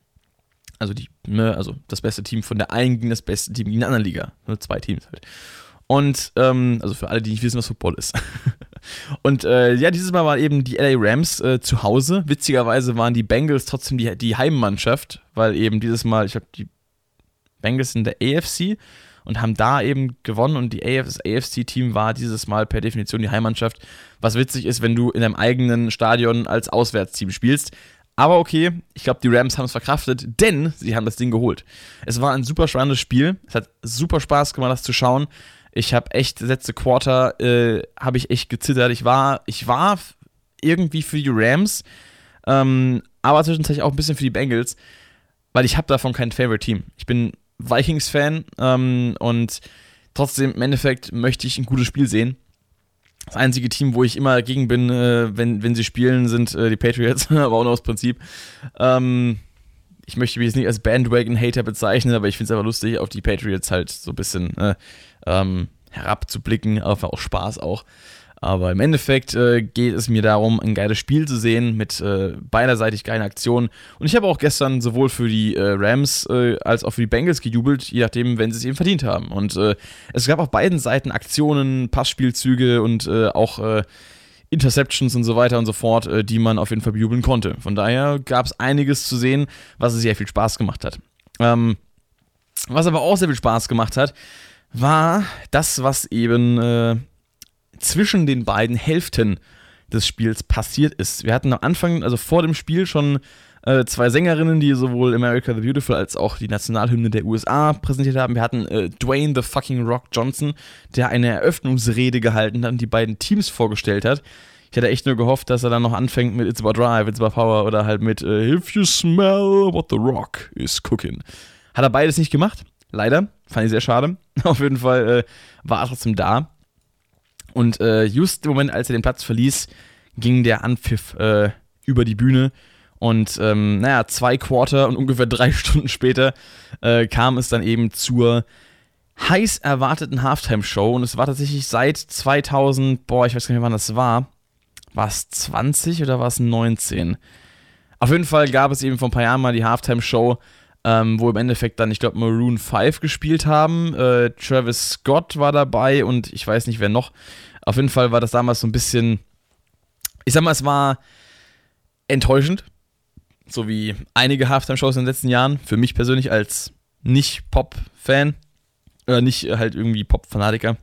A: Also das beste Team von der einen gegen das beste Team gegen die andere Liga. 2 Teams halt. Und, also für alle, die nicht wissen, was Football ist. Und dieses Mal waren eben die LA Rams zu Hause. Witzigerweise waren die Bengals trotzdem die Heimmannschaft, weil eben dieses Mal, ich glaube, die Bengals sind der AFC und haben da eben gewonnen und das AFC-Team war dieses Mal per Definition die Heimmannschaft. Was witzig ist, wenn du in deinem eigenen Stadion als Auswärtsteam spielst. Aber okay, ich glaube, die Rams haben es verkraftet, denn sie haben das Ding geholt. Es war ein super spannendes Spiel. Es hat super Spaß gemacht, das zu schauen. Ich habe echt, letzte Quarter, habe ich echt gezittert. Ich war irgendwie für die Rams, aber zwischenzeitlich auch ein bisschen für die Bengals, weil ich habe davon kein Favorite-Team. Ich bin Vikings-Fan und trotzdem im Endeffekt möchte ich ein gutes Spiel sehen. Das einzige Team, wo ich immer dagegen bin, wenn sie spielen, sind die Patriots, aber auch nur aus Prinzip. Ich möchte mich jetzt nicht als Bandwagon-Hater bezeichnen, aber ich finde es einfach lustig, auf die Patriots halt so ein bisschen herabzublicken, aber auch Spaß auch. Aber im Endeffekt geht es mir darum, ein geiles Spiel zu sehen mit beiderseitig geilen Aktionen. Und ich habe auch gestern sowohl für die Rams als auch für die Bengals gejubelt, je nachdem, wenn sie es eben verdient haben. Und es gab auf beiden Seiten Aktionen, Passspielzüge und auch Interceptions und so weiter und so fort, die man auf jeden Fall bejubeln konnte. Von daher gab es einiges zu sehen, was sehr viel Spaß gemacht hat. Was aber auch sehr viel Spaß gemacht hat, war das, was eben zwischen den beiden Hälften des Spiels passiert ist. Wir hatten am Anfang, also vor dem Spiel, schon 2 Sängerinnen, die sowohl America the Beautiful als auch die Nationalhymne der USA präsentiert haben. Wir hatten Dwayne the fucking Rock Johnson, der eine Eröffnungsrede gehalten hat und die beiden Teams vorgestellt hat. Ich hatte echt nur gehofft, dass er dann noch anfängt mit It's About Drive, It's About Power oder halt mit If You Smell What the Rock is Cooking. Hat er beides nicht gemacht, leider. Fand ich sehr schade. Auf jeden Fall war er trotzdem da. Und just im Moment, als er den Platz verließ, ging der Anpfiff über die Bühne. Und 2 Quarter und ungefähr 3 Stunden später kam es dann eben zur heiß erwarteten Halftime-Show. Und es war tatsächlich seit 2000, ich weiß gar nicht mehr, wann das war. War es 20 oder war es 19? Auf jeden Fall gab es eben vor ein paar Jahren mal die Halftime-Show, wo im Endeffekt dann, ich glaube, Maroon 5 gespielt haben. Travis Scott war dabei und ich weiß nicht, wer noch. Auf jeden Fall war das damals so ein bisschen, ich sag mal, es war enttäuschend. So wie einige Halftime-Shows in den letzten Jahren. Für mich persönlich als Nicht-Pop-Fan. Oder nicht halt irgendwie Pop-Fanatiker.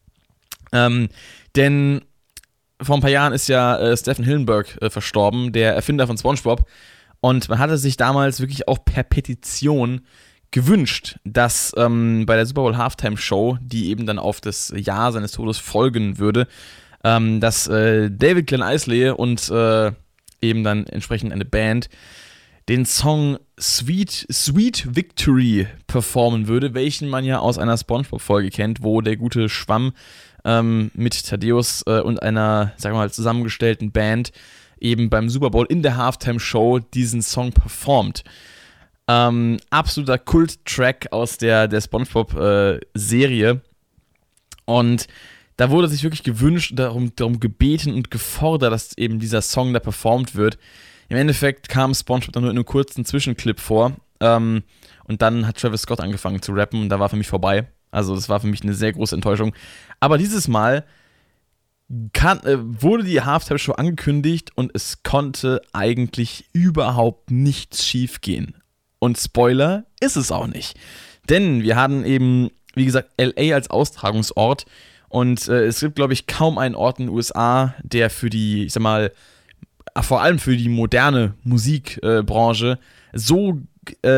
A: Denn vor ein paar Jahren ist ja Stephen Hillenburg verstorben, der Erfinder von SpongeBob. Und man hatte sich damals wirklich auch per Petition gewünscht, dass bei der Super Bowl Halftime Show, die eben dann auf das Jahr seines Todes folgen würde, dass David Glenn Eisley und eben dann entsprechend eine Band den Song Sweet Victory performen würde, welchen man ja aus einer SpongeBob-Folge kennt, wo der gute Schwamm mit Thaddeus und einer, sagen wir mal, zusammengestellten Band eben beim Super Bowl in der Halftime-Show diesen Song performt. Absoluter Kult-Track aus der SpongeBob-Serie. Und da wurde sich wirklich gewünscht, darum gebeten und gefordert, dass eben dieser Song da performt wird. Im Endeffekt kam SpongeBob dann nur in einem kurzen Zwischenclip vor. Und dann hat Travis Scott angefangen zu rappen und da war für mich vorbei. Also das war für mich eine sehr große Enttäuschung. Aber dieses Mal wurde die Halftime-Show angekündigt und es konnte eigentlich überhaupt nichts schief gehen. Und Spoiler, ist es auch nicht. Denn wir hatten eben, wie gesagt, LA als Austragungsort und es gibt, glaube ich, kaum einen Ort in den USA, der für die, ich sag mal, vor allem für die moderne Musikbranche so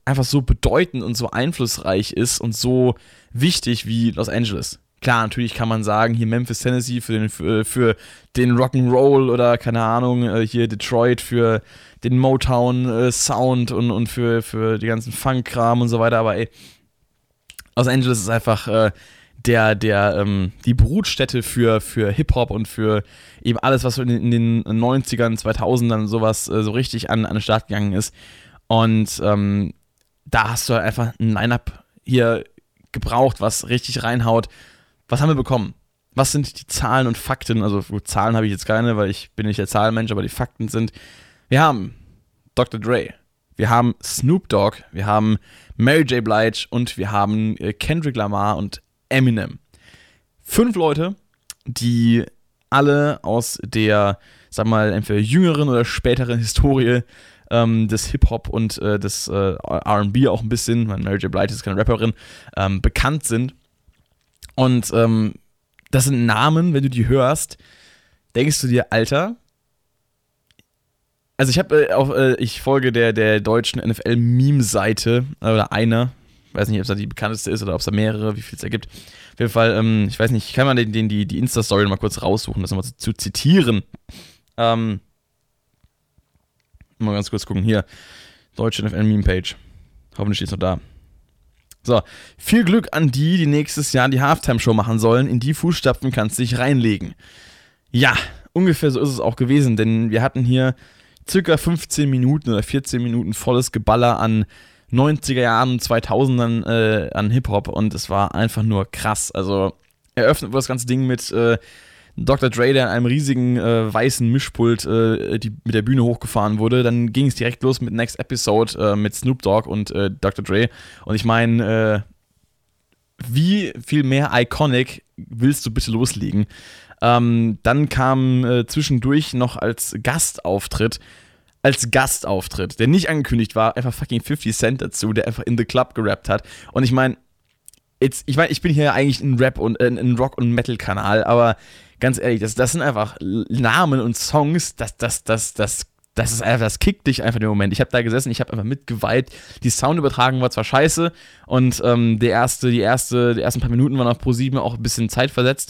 A: einfach so bedeutend und so einflussreich ist und so wichtig wie Los Angeles. Klar, natürlich kann man sagen, hier Memphis, Tennessee für den Rock'n'Roll oder keine Ahnung, hier Detroit für den Motown-Sound und für die ganzen Funk-Kram und so weiter, aber ey, Los Angeles ist einfach die Brutstätte für Hip-Hop und für eben alles, was so in den 90ern, 2000ern sowas so richtig an den Start gegangen ist. Und da hast du halt einfach ein Line-Up hier gebraucht, was richtig reinhaut. Was haben wir bekommen? Was sind die Zahlen und Fakten? Also gut, Zahlen habe ich jetzt keine, weil ich bin nicht der Zahlenmensch, aber die Fakten sind, wir haben Dr. Dre, wir haben Snoop Dogg, wir haben Mary J. Blige und wir haben Kendrick Lamar und Eminem. 5 Leute, die alle aus der, sag mal, entweder jüngeren oder späteren Historie des Hip-Hop und des R&B auch ein bisschen, weil Mary J. Blige ist keine Rapperin, bekannt sind. Und das sind Namen, wenn du die hörst, denkst du dir, Alter. Also ich folge der deutschen NFL-Meme-Seite, oder einer, weiß nicht, ob es da die bekannteste ist oder ob es da mehrere, wie viel es da gibt. Auf jeden Fall, ich weiß nicht, ich kann mal die Insta-Story mal kurz raussuchen, das nochmal zu zitieren. Mal ganz kurz gucken, hier, deutsche NFL-Meme-Page. Hoffentlich steht es noch da. So, viel Glück an die nächstes Jahr die Halftime-Show machen sollen. In die Fußstapfen kannst du dich reinlegen. Ja, ungefähr so ist es auch gewesen, denn wir hatten hier circa 15 Minuten oder 14 Minuten volles Geballer an 90er Jahren und 2000ern an Hip-Hop und es war einfach nur krass. Also, eröffnet wurde das ganze Ding mit Dr. Dre, der an einem riesigen weißen Mischpult mit der Bühne hochgefahren wurde. Dann ging es direkt los mit Next Episode mit Snoop Dogg und Dr. Dre. Und ich meine, wie viel mehr iconic willst du bitte loslegen? Dann kam zwischendurch noch als Gastauftritt, der nicht angekündigt war, einfach fucking 50 Cent dazu, der einfach in the Club gerappt hat. Und ich meine, ich bin hier eigentlich ein Rap- und ein Rock- und Metal-Kanal, aber ganz ehrlich, das sind einfach Namen und Songs, das ist einfach, das kickt dich einfach im Moment. Ich habe da gesessen, ich habe einfach mitgeweiht. Die Soundübertragung war zwar scheiße und die ersten paar Minuten waren auf Pro7 auch ein bisschen zeitversetzt.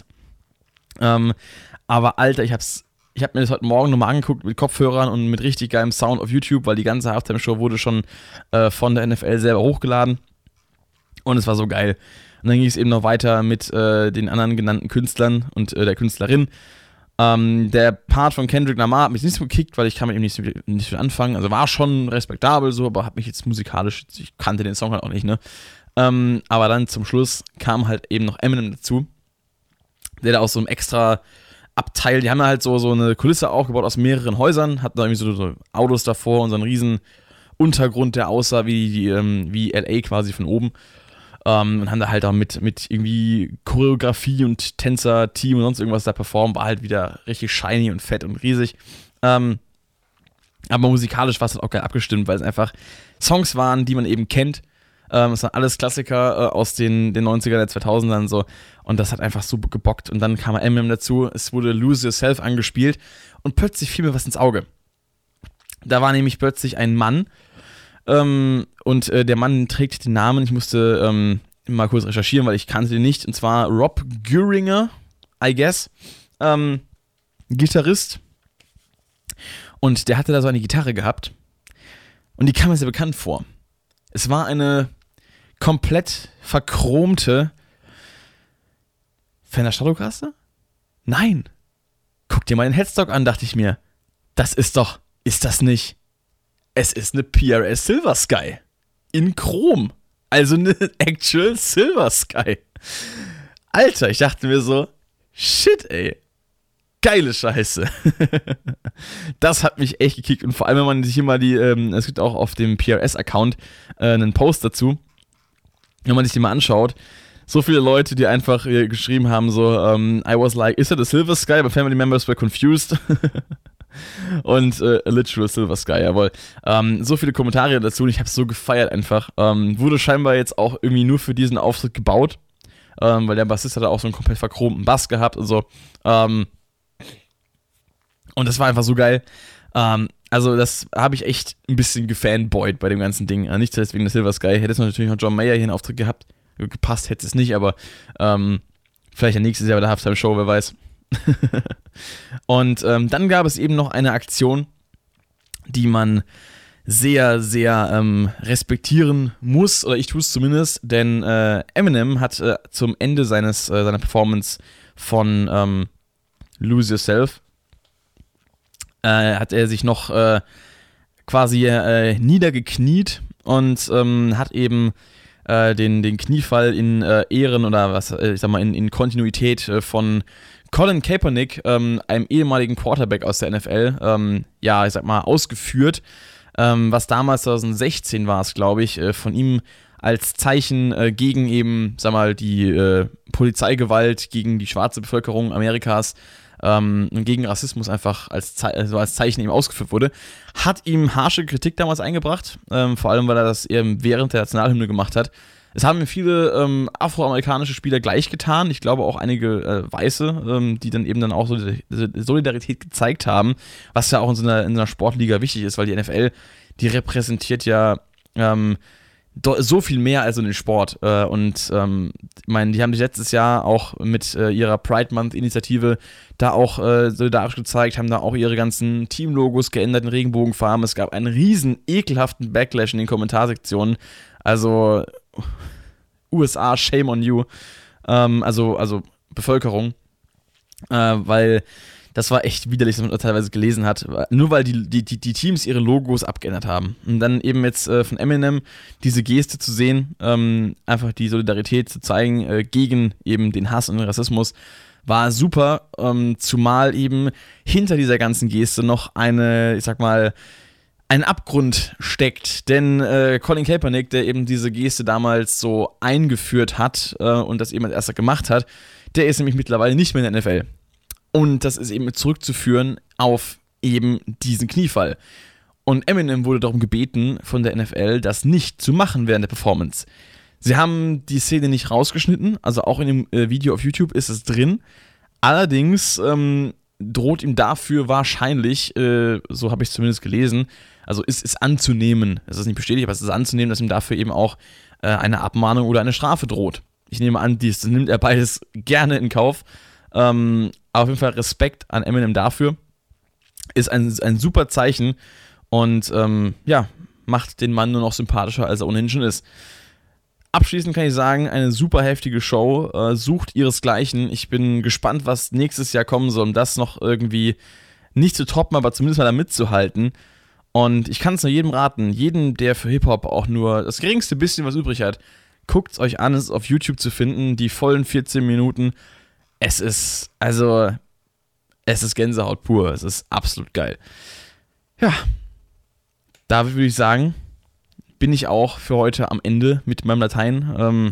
A: Aber Alter, ich habe mir das heute Morgen nochmal angeguckt mit Kopfhörern und mit richtig geilem Sound auf YouTube, weil die ganze Halftime-Show wurde schon von der NFL selber hochgeladen. Und es war so geil. Und dann ging es eben noch weiter mit den anderen genannten Künstlern und der Künstlerin. Der Part von Kendrick Lamar hat mich nicht so gekickt, weil ich kann mit ihm nicht viel anfangen. Also war schon respektabel so, aber hat mich jetzt musikalisch, ich kannte den Song halt auch nicht, ne? Aber dann zum Schluss kam halt eben noch Eminem dazu, der da aus so einem extra Abteil, die haben halt so eine Kulisse aufgebaut aus mehreren Häusern, hatten da irgendwie so Autos davor und so einen riesen Untergrund, der aussah wie LA quasi von oben. Und haben da halt auch mit irgendwie Choreografie und Tänzer-Team und sonst irgendwas da performt, war halt wieder richtig shiny und fett und riesig. Aber musikalisch war es halt auch geil abgestimmt, weil es einfach Songs waren, die man eben kennt. Es waren alles Klassiker aus den 90er, der 2000ern so. Und das hat einfach so gebockt. Und dann kam Eminem dazu, es wurde Lose Yourself angespielt und plötzlich fiel mir was ins Auge. Da war nämlich plötzlich ein Mann, und der Mann trägt den Namen, ich musste mal kurz recherchieren, weil ich kannte den nicht, und zwar Rob Güringer, I guess, Gitarrist, und der hatte da so eine Gitarre gehabt und die kam mir sehr bekannt vor. Es war eine komplett verchromte Fender Stratocaster? Nein! Guck dir mal den Headstock an, dachte ich mir. Ist das nicht? Es ist eine PRS Silver Sky. In Chrom. Also eine actual Silver Sky. Alter, ich dachte mir so, shit, ey. Geile Scheiße. Das hat mich echt gekickt. Und vor allem, wenn man sich immer es gibt auch auf dem PRS-Account einen Post dazu, wenn man sich die mal anschaut, so viele Leute, die einfach geschrieben haben, so, I was like, is it a Silver Sky? But family members were confused. Und a literal Silver Sky, jawohl. So viele Kommentare dazu und ich habe es so gefeiert einfach. Wurde scheinbar jetzt auch irgendwie nur für diesen Auftritt gebaut, weil der Bassist hat auch so einen komplett verchromten Bass gehabt und so. Und das war einfach so geil. Also das habe ich echt ein bisschen gefanboyt bei dem ganzen Ding. Nicht deswegen das Silver Sky. Hätte es natürlich noch John Mayer hier in Auftritt gehabt. Gepasst hätte es nicht, aber vielleicht ja nächstes Jahr bei der Halftime-Show, wer weiß. Und dann gab es eben noch eine Aktion, die man sehr, sehr respektieren muss, oder ich tue es zumindest, denn Eminem hat zum Ende seiner Performance von Lose Yourself hat er sich noch quasi niedergekniet und hat eben den Kniefall in Ehren oder was, ich sag mal, in Kontinuität von Colin Kaepernick, einem ehemaligen Quarterback aus der NFL, ich sag mal, ausgeführt, was damals 2016 war es, glaube ich, von ihm als Zeichen gegen eben, sag mal, die Polizeigewalt gegen die schwarze Bevölkerung Amerikas und gegen Rassismus einfach als Zeichen eben ausgeführt wurde, hat ihm harsche Kritik damals eingebracht, vor allem, weil er das eben während der Nationalhymne gemacht hat. Es haben viele afroamerikanische Spieler gleich getan, ich glaube auch einige Weiße, die dann auch so Solidarität gezeigt haben, was ja auch in so einer Sportliga wichtig ist, weil die NFL, die repräsentiert ja so viel mehr als so den Sport. Und ich meine, die haben sich letztes Jahr auch mit ihrer Pride Month-Initiative da auch solidarisch gezeigt, haben da auch ihre ganzen Teamlogos geändert in Regenbogenfarben. Es gab einen riesen ekelhaften Backlash in den Kommentarsektionen. Also USA, shame on you. Also Bevölkerung. Weil das war echt widerlich, was man teilweise gelesen hat. Nur weil die Teams ihre Logos abgeändert haben. Und dann eben jetzt von Eminem diese Geste zu sehen, einfach die Solidarität zu zeigen gegen eben den Hass und den Rassismus, war super. Zumal eben hinter dieser ganzen Geste noch ein Abgrund steckt. Denn Colin Kaepernick, der eben diese Geste damals so eingeführt hat und das eben als erster gemacht hat, der ist nämlich mittlerweile nicht mehr in der NFL. Und das ist eben zurückzuführen auf eben diesen Kniefall. Und Eminem wurde darum gebeten von der NFL, das nicht zu machen während der Performance. Sie haben die Szene nicht rausgeschnitten, also auch in dem Video auf YouTube ist es drin. Allerdings droht ihm dafür wahrscheinlich, so habe ich es zumindest gelesen, also ist anzunehmen, es ist nicht bestätigt, aber es ist anzunehmen, dass ihm dafür eben auch eine Abmahnung oder eine Strafe droht. Ich nehme an, das nimmt er beides gerne in Kauf. Auf jeden Fall Respekt an Eminem dafür. Ist ein super Zeichen und macht den Mann nur noch sympathischer, als er ohnehin schon ist. Abschließend kann ich sagen, eine super heftige Show, sucht ihresgleichen. Ich bin gespannt, was nächstes Jahr kommen soll, um das noch irgendwie nicht zu toppen, aber zumindest mal da mitzuhalten. Und ich kann es nur jedem raten, jedem, der für Hip-Hop auch nur das geringste bisschen was übrig hat, guckt es euch an, es ist auf YouTube zu finden, die vollen 14 Minuten. Es ist Gänsehaut pur, es ist absolut geil. Ja, da würde ich sagen, bin ich auch für heute am Ende mit meinem Latein.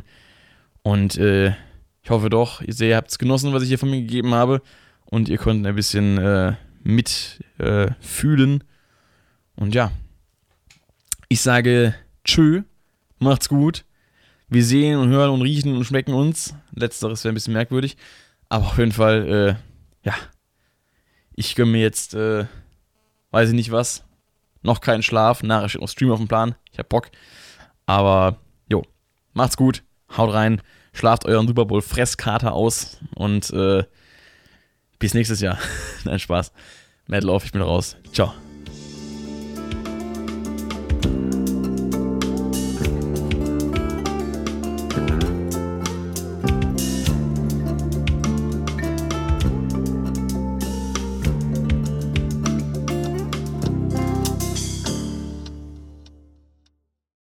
A: Ich hoffe doch, ihr habt es genossen, was ich hier von mir gegeben habe. Und ihr konntet ein bisschen mitfühlen. Und ja, ich sage tschö, macht's gut. Wir sehen und hören und riechen und schmecken uns. Letzteres wäre ein bisschen merkwürdig. Aber auf jeden Fall, ich gönne mir jetzt, weiß ich nicht was, noch keinen Schlaf. Nachher steht noch Stream auf dem Plan. Ich hab Bock. Aber, macht's gut. Haut rein. Schlaft euren Super Bowl Fresskater aus. Und bis nächstes Jahr. Nein, Spaß. Mad Love, ich bin raus. Ciao.